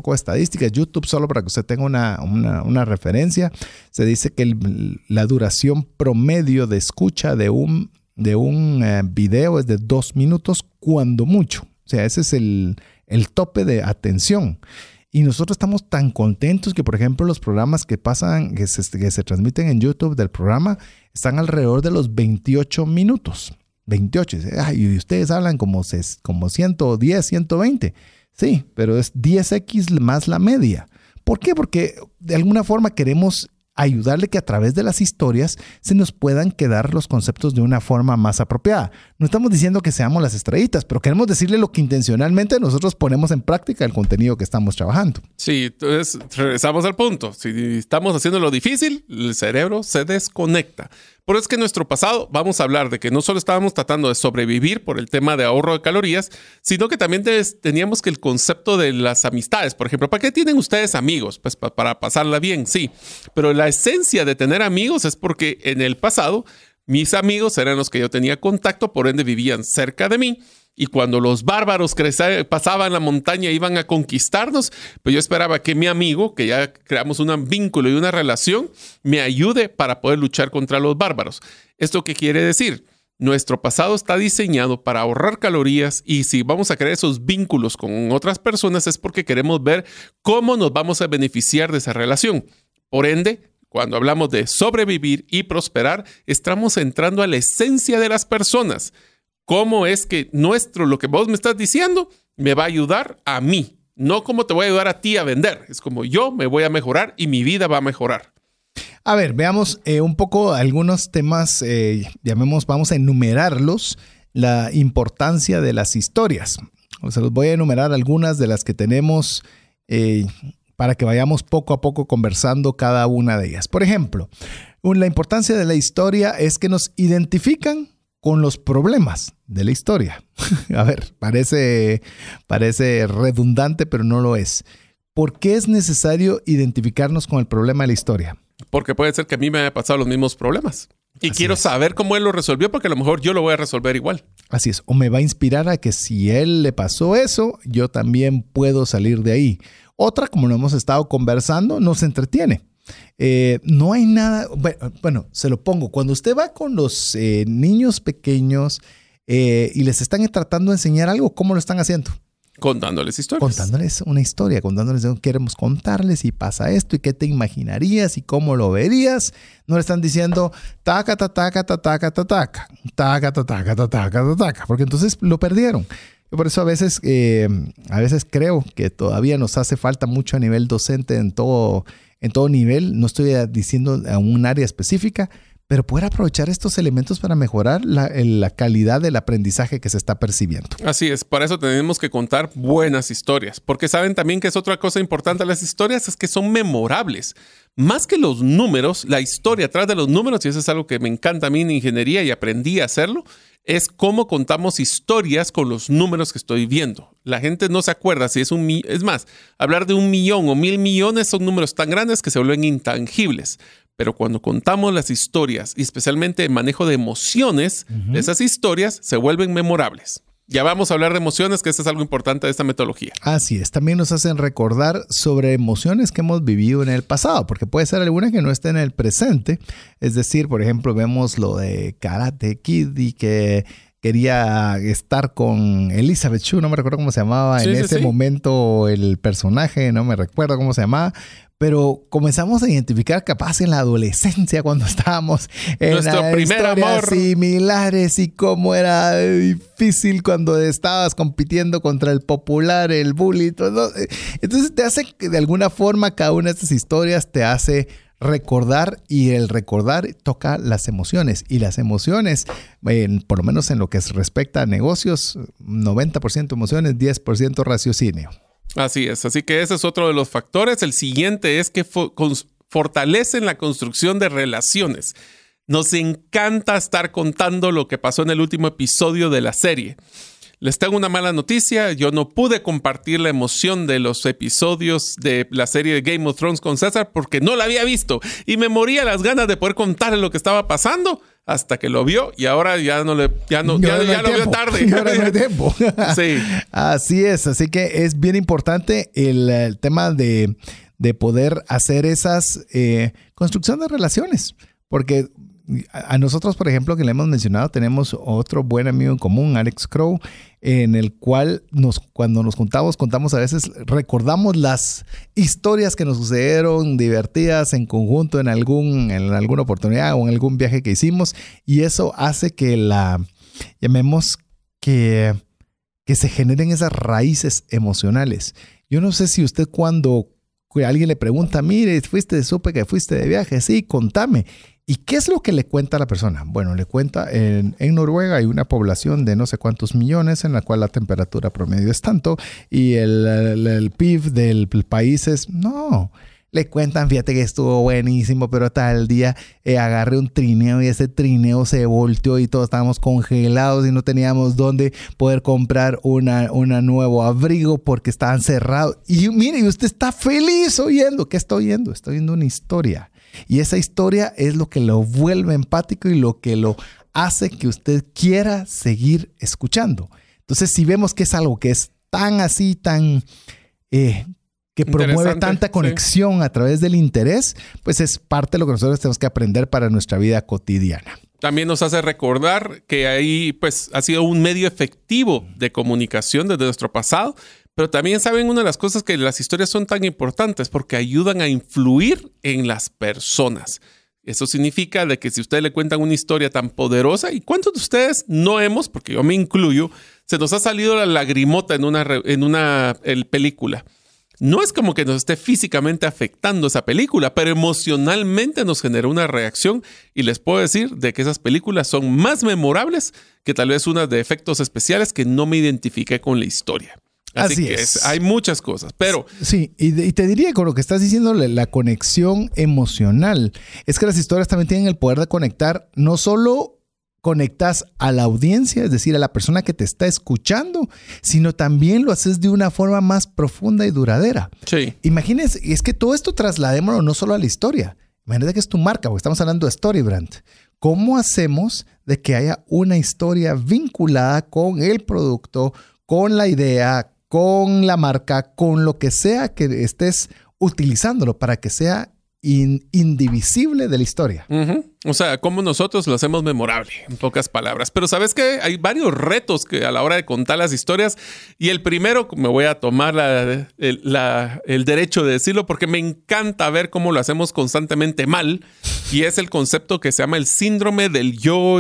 YouTube, solo para que usted tenga una referencia. Se dice que la duración promedio de escucha de un video es de 2 minutos cuando mucho. O sea, ese es el tope de atención. Y nosotros estamos tan contentos que, por ejemplo, los programas que pasan, que se transmiten en YouTube del programa, están alrededor de los 28 minutos. 28. Y ustedes hablan como 110, 120. Sí, pero es 10x más la media. ¿Por qué? Porque de alguna forma queremos ayudarle que a través de las historias se nos puedan quedar los conceptos de una forma más apropiada. No estamos diciendo que seamos las estrellitas, pero queremos decirle lo que intencionalmente nosotros ponemos en práctica el contenido que estamos trabajando. Sí, entonces regresamos al punto. Si estamos haciendo lo difícil, el cerebro se desconecta. Por eso es que en nuestro pasado vamos a hablar de que no solo estábamos tratando de sobrevivir por el tema de ahorro de calorías, sino que también teníamos que el concepto de las amistades. Por ejemplo, ¿para qué tienen ustedes amigos? Pues para pasarla bien, sí. Pero la esencia de tener amigos es porque en el pasado mis amigos eran los que yo tenía contacto, por ende vivían cerca de mí. Y cuando los bárbaros pasaban la montaña e iban a conquistarnos, pues yo esperaba que mi amigo, que ya creamos un vínculo y una relación, me ayude para poder luchar contra los bárbaros. ¿Esto qué quiere decir? Nuestro pasado está diseñado para ahorrar calorías, y si vamos a crear esos vínculos con otras personas es porque queremos ver cómo nos vamos a beneficiar de esa relación. Por ende, cuando hablamos de sobrevivir y prosperar, estamos entrando a la esencia de las personas. ¿Cómo es que lo que vos me estás diciendo me va a ayudar a mí? No como te voy a ayudar a ti a vender. Es como yo me voy a mejorar y mi vida va a mejorar. A ver, veamos un poco algunos temas, vamos a enumerarlos la importancia de las historias. Se los voy a enumerar algunas de las que tenemos para que vayamos poco a poco conversando cada una de ellas. Por ejemplo, la importancia de la historia es que nos identifican con los problemas de la historia. A ver, parece redundante, pero no lo es. ¿Por qué es necesario identificarnos con el problema de la historia? Porque puede ser que a mí me haya pasado los mismos problemas. Y Así quiero es. saber cómo él lo resolvió, porque a lo mejor yo lo voy a resolver igual. Así es. O me va a inspirar a que si él le pasó eso, yo también puedo salir de ahí. Otra, como lo hemos estado conversando, nos entretiene. No hay nada... Bueno, se lo pongo. Cuando usted va con los niños pequeños y les están tratando de enseñar algo, ¿cómo lo están haciendo? Contándoles historias. Contándoles una historia, contándoles, queremos contarles y pasa esto y qué te imaginarías y cómo lo verías. No le están diciendo taca, ta, taca, ta, taca, ta, taca, taca, ta, taca, ta, taca, ta, taca, porque entonces lo perdieron. Yo por eso a veces creo que todavía nos hace falta mucho a nivel docente en todo nivel. No estoy diciendo a un área específica, pero poder aprovechar estos elementos para mejorar la calidad del aprendizaje que se está percibiendo. Así es, para eso tenemos que contar buenas historias, porque saben también que es otra cosa importante de las historias, es que son memorables. Más que los números, la historia atrás de los números, y eso es algo que me encanta a mí en ingeniería y aprendí a hacerlo, es cómo contamos historias con los números que estoy viendo. La gente no se acuerda si es es más, hablar de 1 millón o 1,000 millones son números tan grandes que se vuelven intangibles. Pero cuando contamos las historias y especialmente el manejo de emociones, esas historias se vuelven memorables. Ya vamos a hablar de emociones, que eso es algo importante de esta metodología. Así es, también nos hacen recordar sobre emociones que hemos vivido en el pasado, porque puede ser alguna que no esté en el presente. Es decir, por ejemplo, vemos lo de Karate Kid y que quería estar con Elizabeth Shue, no me recuerdo cómo se llamaba en ese momento el personaje, no me recuerdo cómo se llamaba, pero comenzamos a identificar capaz en la adolescencia cuando estábamos en nuestro primer amor similares y cómo era difícil cuando estabas compitiendo contra el popular, el bully, todo. Entonces te hace que de alguna forma cada una de estas historias te hace recordar, y el recordar toca las emociones, y las emociones, por lo menos en lo que respecta a negocios, 90% emociones, 10% raciocinio. Así es, así que ese es otro de los factores. El siguiente es que fortalecen la construcción de relaciones. Nos encanta estar contando lo que pasó en el último episodio de la serie. Les tengo una mala noticia, yo no pude compartir la emoción de los episodios de la serie de Game of Thrones con César porque no la había visto y me moría las ganas de poder contarle lo que estaba pasando hasta que lo vio y ahora ya lo vio tarde. Y ahora no hay tiempo. Sí. Así es, así que es bien importante el tema de poder hacer esas construcción de relaciones, porque a nosotros, por ejemplo, que le hemos mencionado, tenemos otro buen amigo en común, Alex Crow, en el cual cuando nos contamos a veces, recordamos las historias que nos sucedieron divertidas en conjunto en alguna oportunidad o en algún viaje que hicimos, y eso hace que llamemos que se generen esas raíces emocionales. Yo no sé si usted cuando alguien le pregunta, mire, supe que fuiste de viaje, sí, contame. ¿Y qué es lo que le cuenta a la persona? Bueno, le cuenta, en Noruega hay una población de no sé cuántos millones en la cual la temperatura promedio es tanto y el PIB del país es, no, le cuentan, fíjate que estuvo buenísimo, pero tal día agarré un trineo y ese trineo se volteó y todos estábamos congelados y no teníamos dónde poder comprar un nuevo abrigo porque estaban cerrados. Y mire, y usted está feliz oyendo. ¿Qué está oyendo? Está oyendo una historia. Y esa historia es lo que lo vuelve empático y lo que lo hace que usted quiera seguir escuchando. Entonces, si vemos que es algo que es tan así, que promueve tanta conexión a través del interés, pues es parte de lo que nosotros tenemos que aprender para nuestra vida cotidiana. También nos hace recordar que ahí pues ha sido un medio efectivo de comunicación desde nuestro pasado, pero también saben una de las cosas que las historias son tan importantes porque ayudan a influir en las personas. Eso significa de que si ustedes le cuentan una historia tan poderosa, ¿y cuántos de ustedes no hemos, porque yo me incluyo, se nos ha salido la lagrimota en una película? No es como que nos esté físicamente afectando esa película, pero emocionalmente nos generó una reacción y les puedo decir de que esas películas son más memorables que tal vez unas de efectos especiales que no me identifiqué con la historia. Así que hay muchas cosas, pero... Sí, y te diría con lo que estás diciendo, la conexión emocional. Es que las historias también tienen el poder de conectar, no solo conectas a la audiencia, es decir, a la persona que te está escuchando, sino también lo haces de una forma más profunda y duradera. Sí. Imagínense, es que todo esto trasladémoslo no solo a la historia. Imagínate que es tu marca, porque estamos hablando de StoryBrand. ¿Cómo hacemos de que haya una historia vinculada con el producto, con la idea, con la marca, con lo que sea que estés utilizándolo para que sea indivisible de la historia? O sea, cómo nosotros lo hacemos memorable, en pocas palabras. Pero ¿sabes qué? Hay varios retos que a la hora de contar las historias. Y el primero, me voy a tomar el derecho de decirlo porque me encanta ver cómo lo hacemos constantemente mal. Y es el concepto que se llama el síndrome del yo.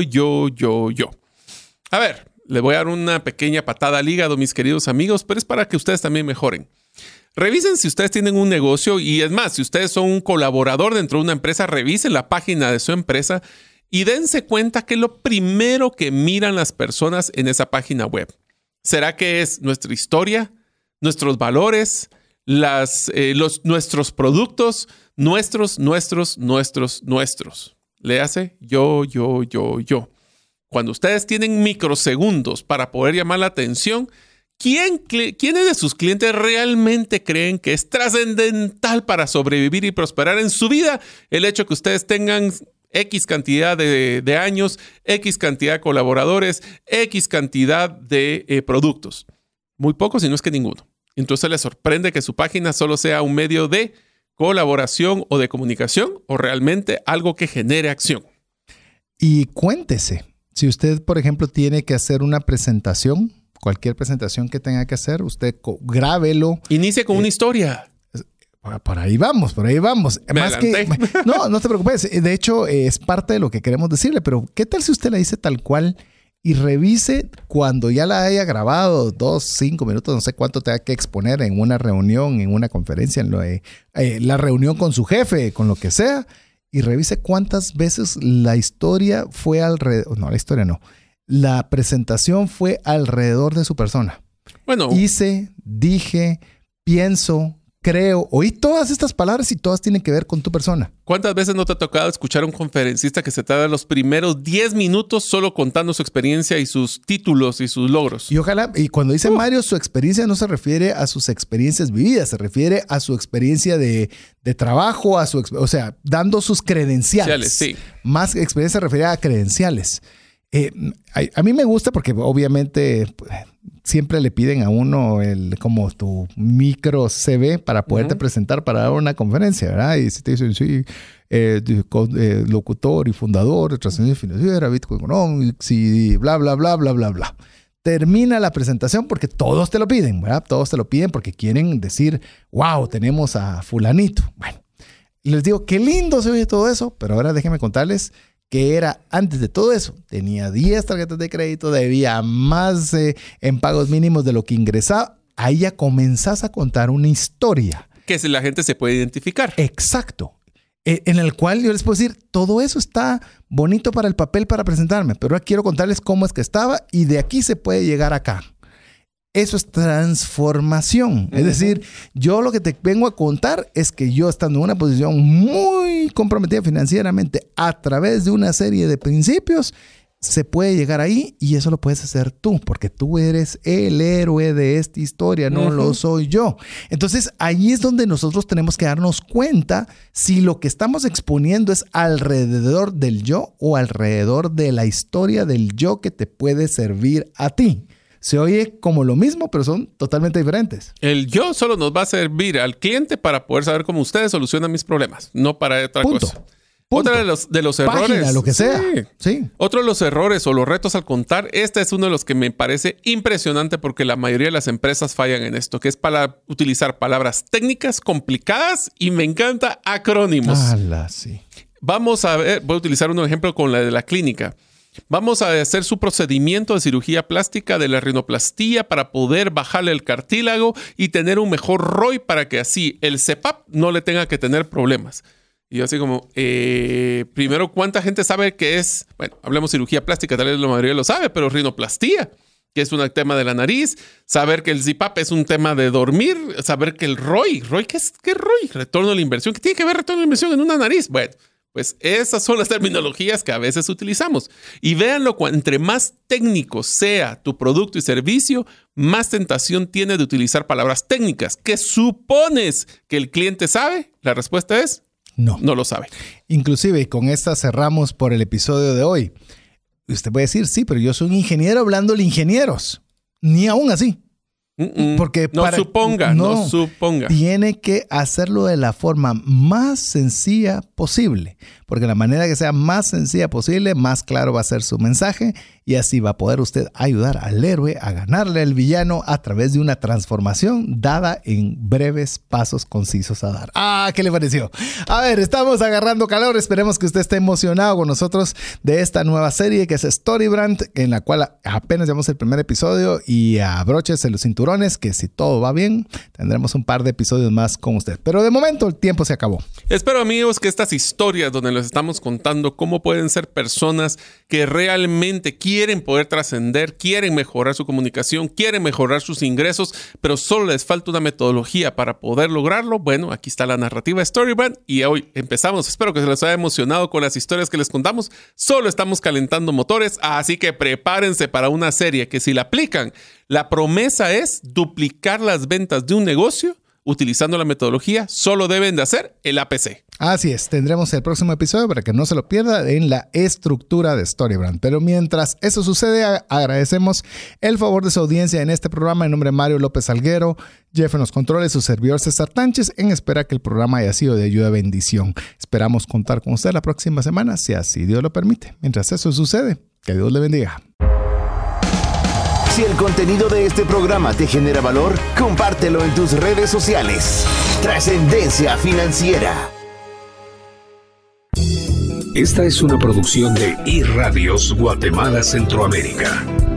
A ver, le voy a dar una pequeña patada al hígado, mis queridos amigos, pero es para que ustedes también mejoren. Revisen si ustedes tienen un negocio y es más, si ustedes son un colaborador dentro de una empresa, revisen la página de su empresa y dense cuenta que es lo primero que miran las personas en esa página web. ¿Será que es nuestra historia, nuestros valores, nuestros productos, nuestros? Léase yo. Cuando ustedes tienen microsegundos para poder llamar la atención, ¿quiénes de sus clientes realmente creen que es trascendental para sobrevivir y prosperar en su vida el hecho que ustedes tengan X cantidad de años, X cantidad de colaboradores, X cantidad de productos? Muy pocos, si no es que ninguno. Entonces les sorprende que su página solo sea un medio de colaboración o de comunicación o realmente algo que genere acción. Y cuéntese, si usted, por ejemplo, tiene que hacer una presentación, cualquier presentación que tenga que hacer, usted grábelo. Inicie con una historia. Por ahí vamos. Más que, no te preocupes. De hecho, es parte de lo que queremos decirle, pero ¿qué tal si usted la dice tal cual y revise cuando ya la haya grabado 2, 5 minutos, no sé cuánto tenga que exponer en una reunión, en una conferencia, en la reunión con su jefe, con lo que sea, y revise cuántas veces la historia fue alrededor, la presentación fue alrededor de su persona. Bueno. Dije, pienso, creo, oí todas estas palabras y todas tienen que ver con tu persona. ¿Cuántas veces no te ha tocado escuchar a un conferencista que se tarda los primeros 10 minutos solo contando su experiencia y sus títulos y sus logros? Y ojalá, y cuando dice Mario, su experiencia no se refiere a sus experiencias vividas, se refiere a su experiencia de trabajo, o sea, dando sus credenciales. Sí. Más experiencia se refiere a credenciales. A mí me gusta porque obviamente siempre le piden a uno como tu micro CV para poderte presentar para dar una conferencia, ¿verdad? Y si te dicen, sí, locutor y fundador de Trascendencia Financiera, Bitcoin Economics y bla. Termina la presentación porque todos te lo piden, ¿verdad? Todos te lo piden porque quieren decir, wow, tenemos a fulanito. Bueno, les digo, qué lindo se oye todo eso, pero ahora déjenme contarles que era antes de todo eso. Tenía 10 tarjetas de crédito, debía más en pagos mínimos de lo que ingresaba. Ahí ya comenzás a contar una historia. Que la gente se puede identificar. Exacto. En el cual yo les puedo decir, todo eso está bonito para el papel para presentarme, pero ahora quiero contarles cómo es que estaba y de aquí se puede llegar acá. Eso es transformación. Es decir, yo lo que te vengo a contar es que yo estando en una posición muy comprometida financieramente a través de una serie de principios, se puede llegar ahí y eso lo puedes hacer tú, porque tú eres el héroe de esta historia, no lo soy yo. Entonces, ahí es donde nosotros tenemos que darnos cuenta si lo que estamos exponiendo es alrededor del yo o alrededor de la historia del yo que te puede servir a ti. Se oye como lo mismo, pero son totalmente diferentes. El yo solo nos va a servir al cliente para poder saber cómo ustedes solucionan mis problemas, no para otra cosa. Otra de los errores. Página, lo que sea. Sí. Otro de los errores o los retos al contar, este es uno de los que me parece impresionante porque la mayoría de las empresas fallan en esto, que es para utilizar palabras técnicas complicadas y me encanta acrónimos. Sí. Vamos a ver, voy a utilizar un ejemplo con la de la clínica. Vamos a hacer su procedimiento de cirugía plástica de la rinoplastía para poder bajarle el cartílago y tener un mejor ROI para que así el CPAP no le tenga que tener problemas. Y yo así como, primero, ¿cuánta gente sabe qué es? Bueno, hablemos cirugía plástica, tal vez la mayoría lo sabe, pero rinoplastía, que es un tema de la nariz, saber que el CPAP es un tema de dormir, saber que el ROI, ¿qué es ROI? Retorno de la inversión. ¿Qué tiene que ver retorno de la inversión en una nariz? Bueno, pues esas son las terminologías que a veces utilizamos. Y véanlo, entre más técnico sea tu producto y servicio, más tentación tiene de utilizar palabras técnicas. ¿Qué supones que el cliente sabe? La respuesta es no lo sabe. Inclusive, y con esta cerramos por el episodio de hoy. Usted puede decir, sí, pero yo soy un ingeniero hablándole ingenieros. Ni aún así. Porque no suponga. Tiene que hacerlo de la forma más sencilla posible. Porque la manera que sea más sencilla posible, más claro va a ser su mensaje. Y así va a poder usted ayudar al héroe a ganarle al villano a través de una transformación dada en breves pasos concisos a dar. ¿Qué le pareció? A ver, estamos agarrando calor. Esperemos que usted esté emocionado con nosotros de esta nueva serie que es StoryBrand, en la cual apenas llevamos el primer episodio y abróchese los cinturones, que si todo va bien, tendremos un par de episodios más con usted. Pero de momento el tiempo se acabó. Espero, amigos, que estas historias donde les estamos contando cómo pueden ser personas que realmente quieren poder trascender, quieren mejorar su comunicación, quieren mejorar sus ingresos, pero solo les falta una metodología para poder lograrlo. Bueno, aquí está la narrativa de StoryBrand y hoy empezamos. Espero que se les haya emocionado con las historias que les contamos. Solo estamos calentando motores, así que prepárense para una serie que si la aplican, la promesa es duplicar las ventas de un negocio. Utilizando la metodología, solo deben de hacer el APC. Así es, tendremos el próximo episodio para que no se lo pierda en la estructura de StoryBrand. Pero mientras eso sucede, agradecemos el favor de su audiencia en este programa. En nombre de Mario López Alguero, Jeff en los controles, su servidor César Tánchez, en espera que el programa haya sido de ayuda y bendición. Esperamos contar con usted la próxima semana, si así Dios lo permite. Mientras eso sucede, que Dios le bendiga. Si el contenido de este programa te genera valor, compártelo en tus redes sociales. Trascendencia Financiera. Esta es una producción de iRadios Guatemala Centroamérica.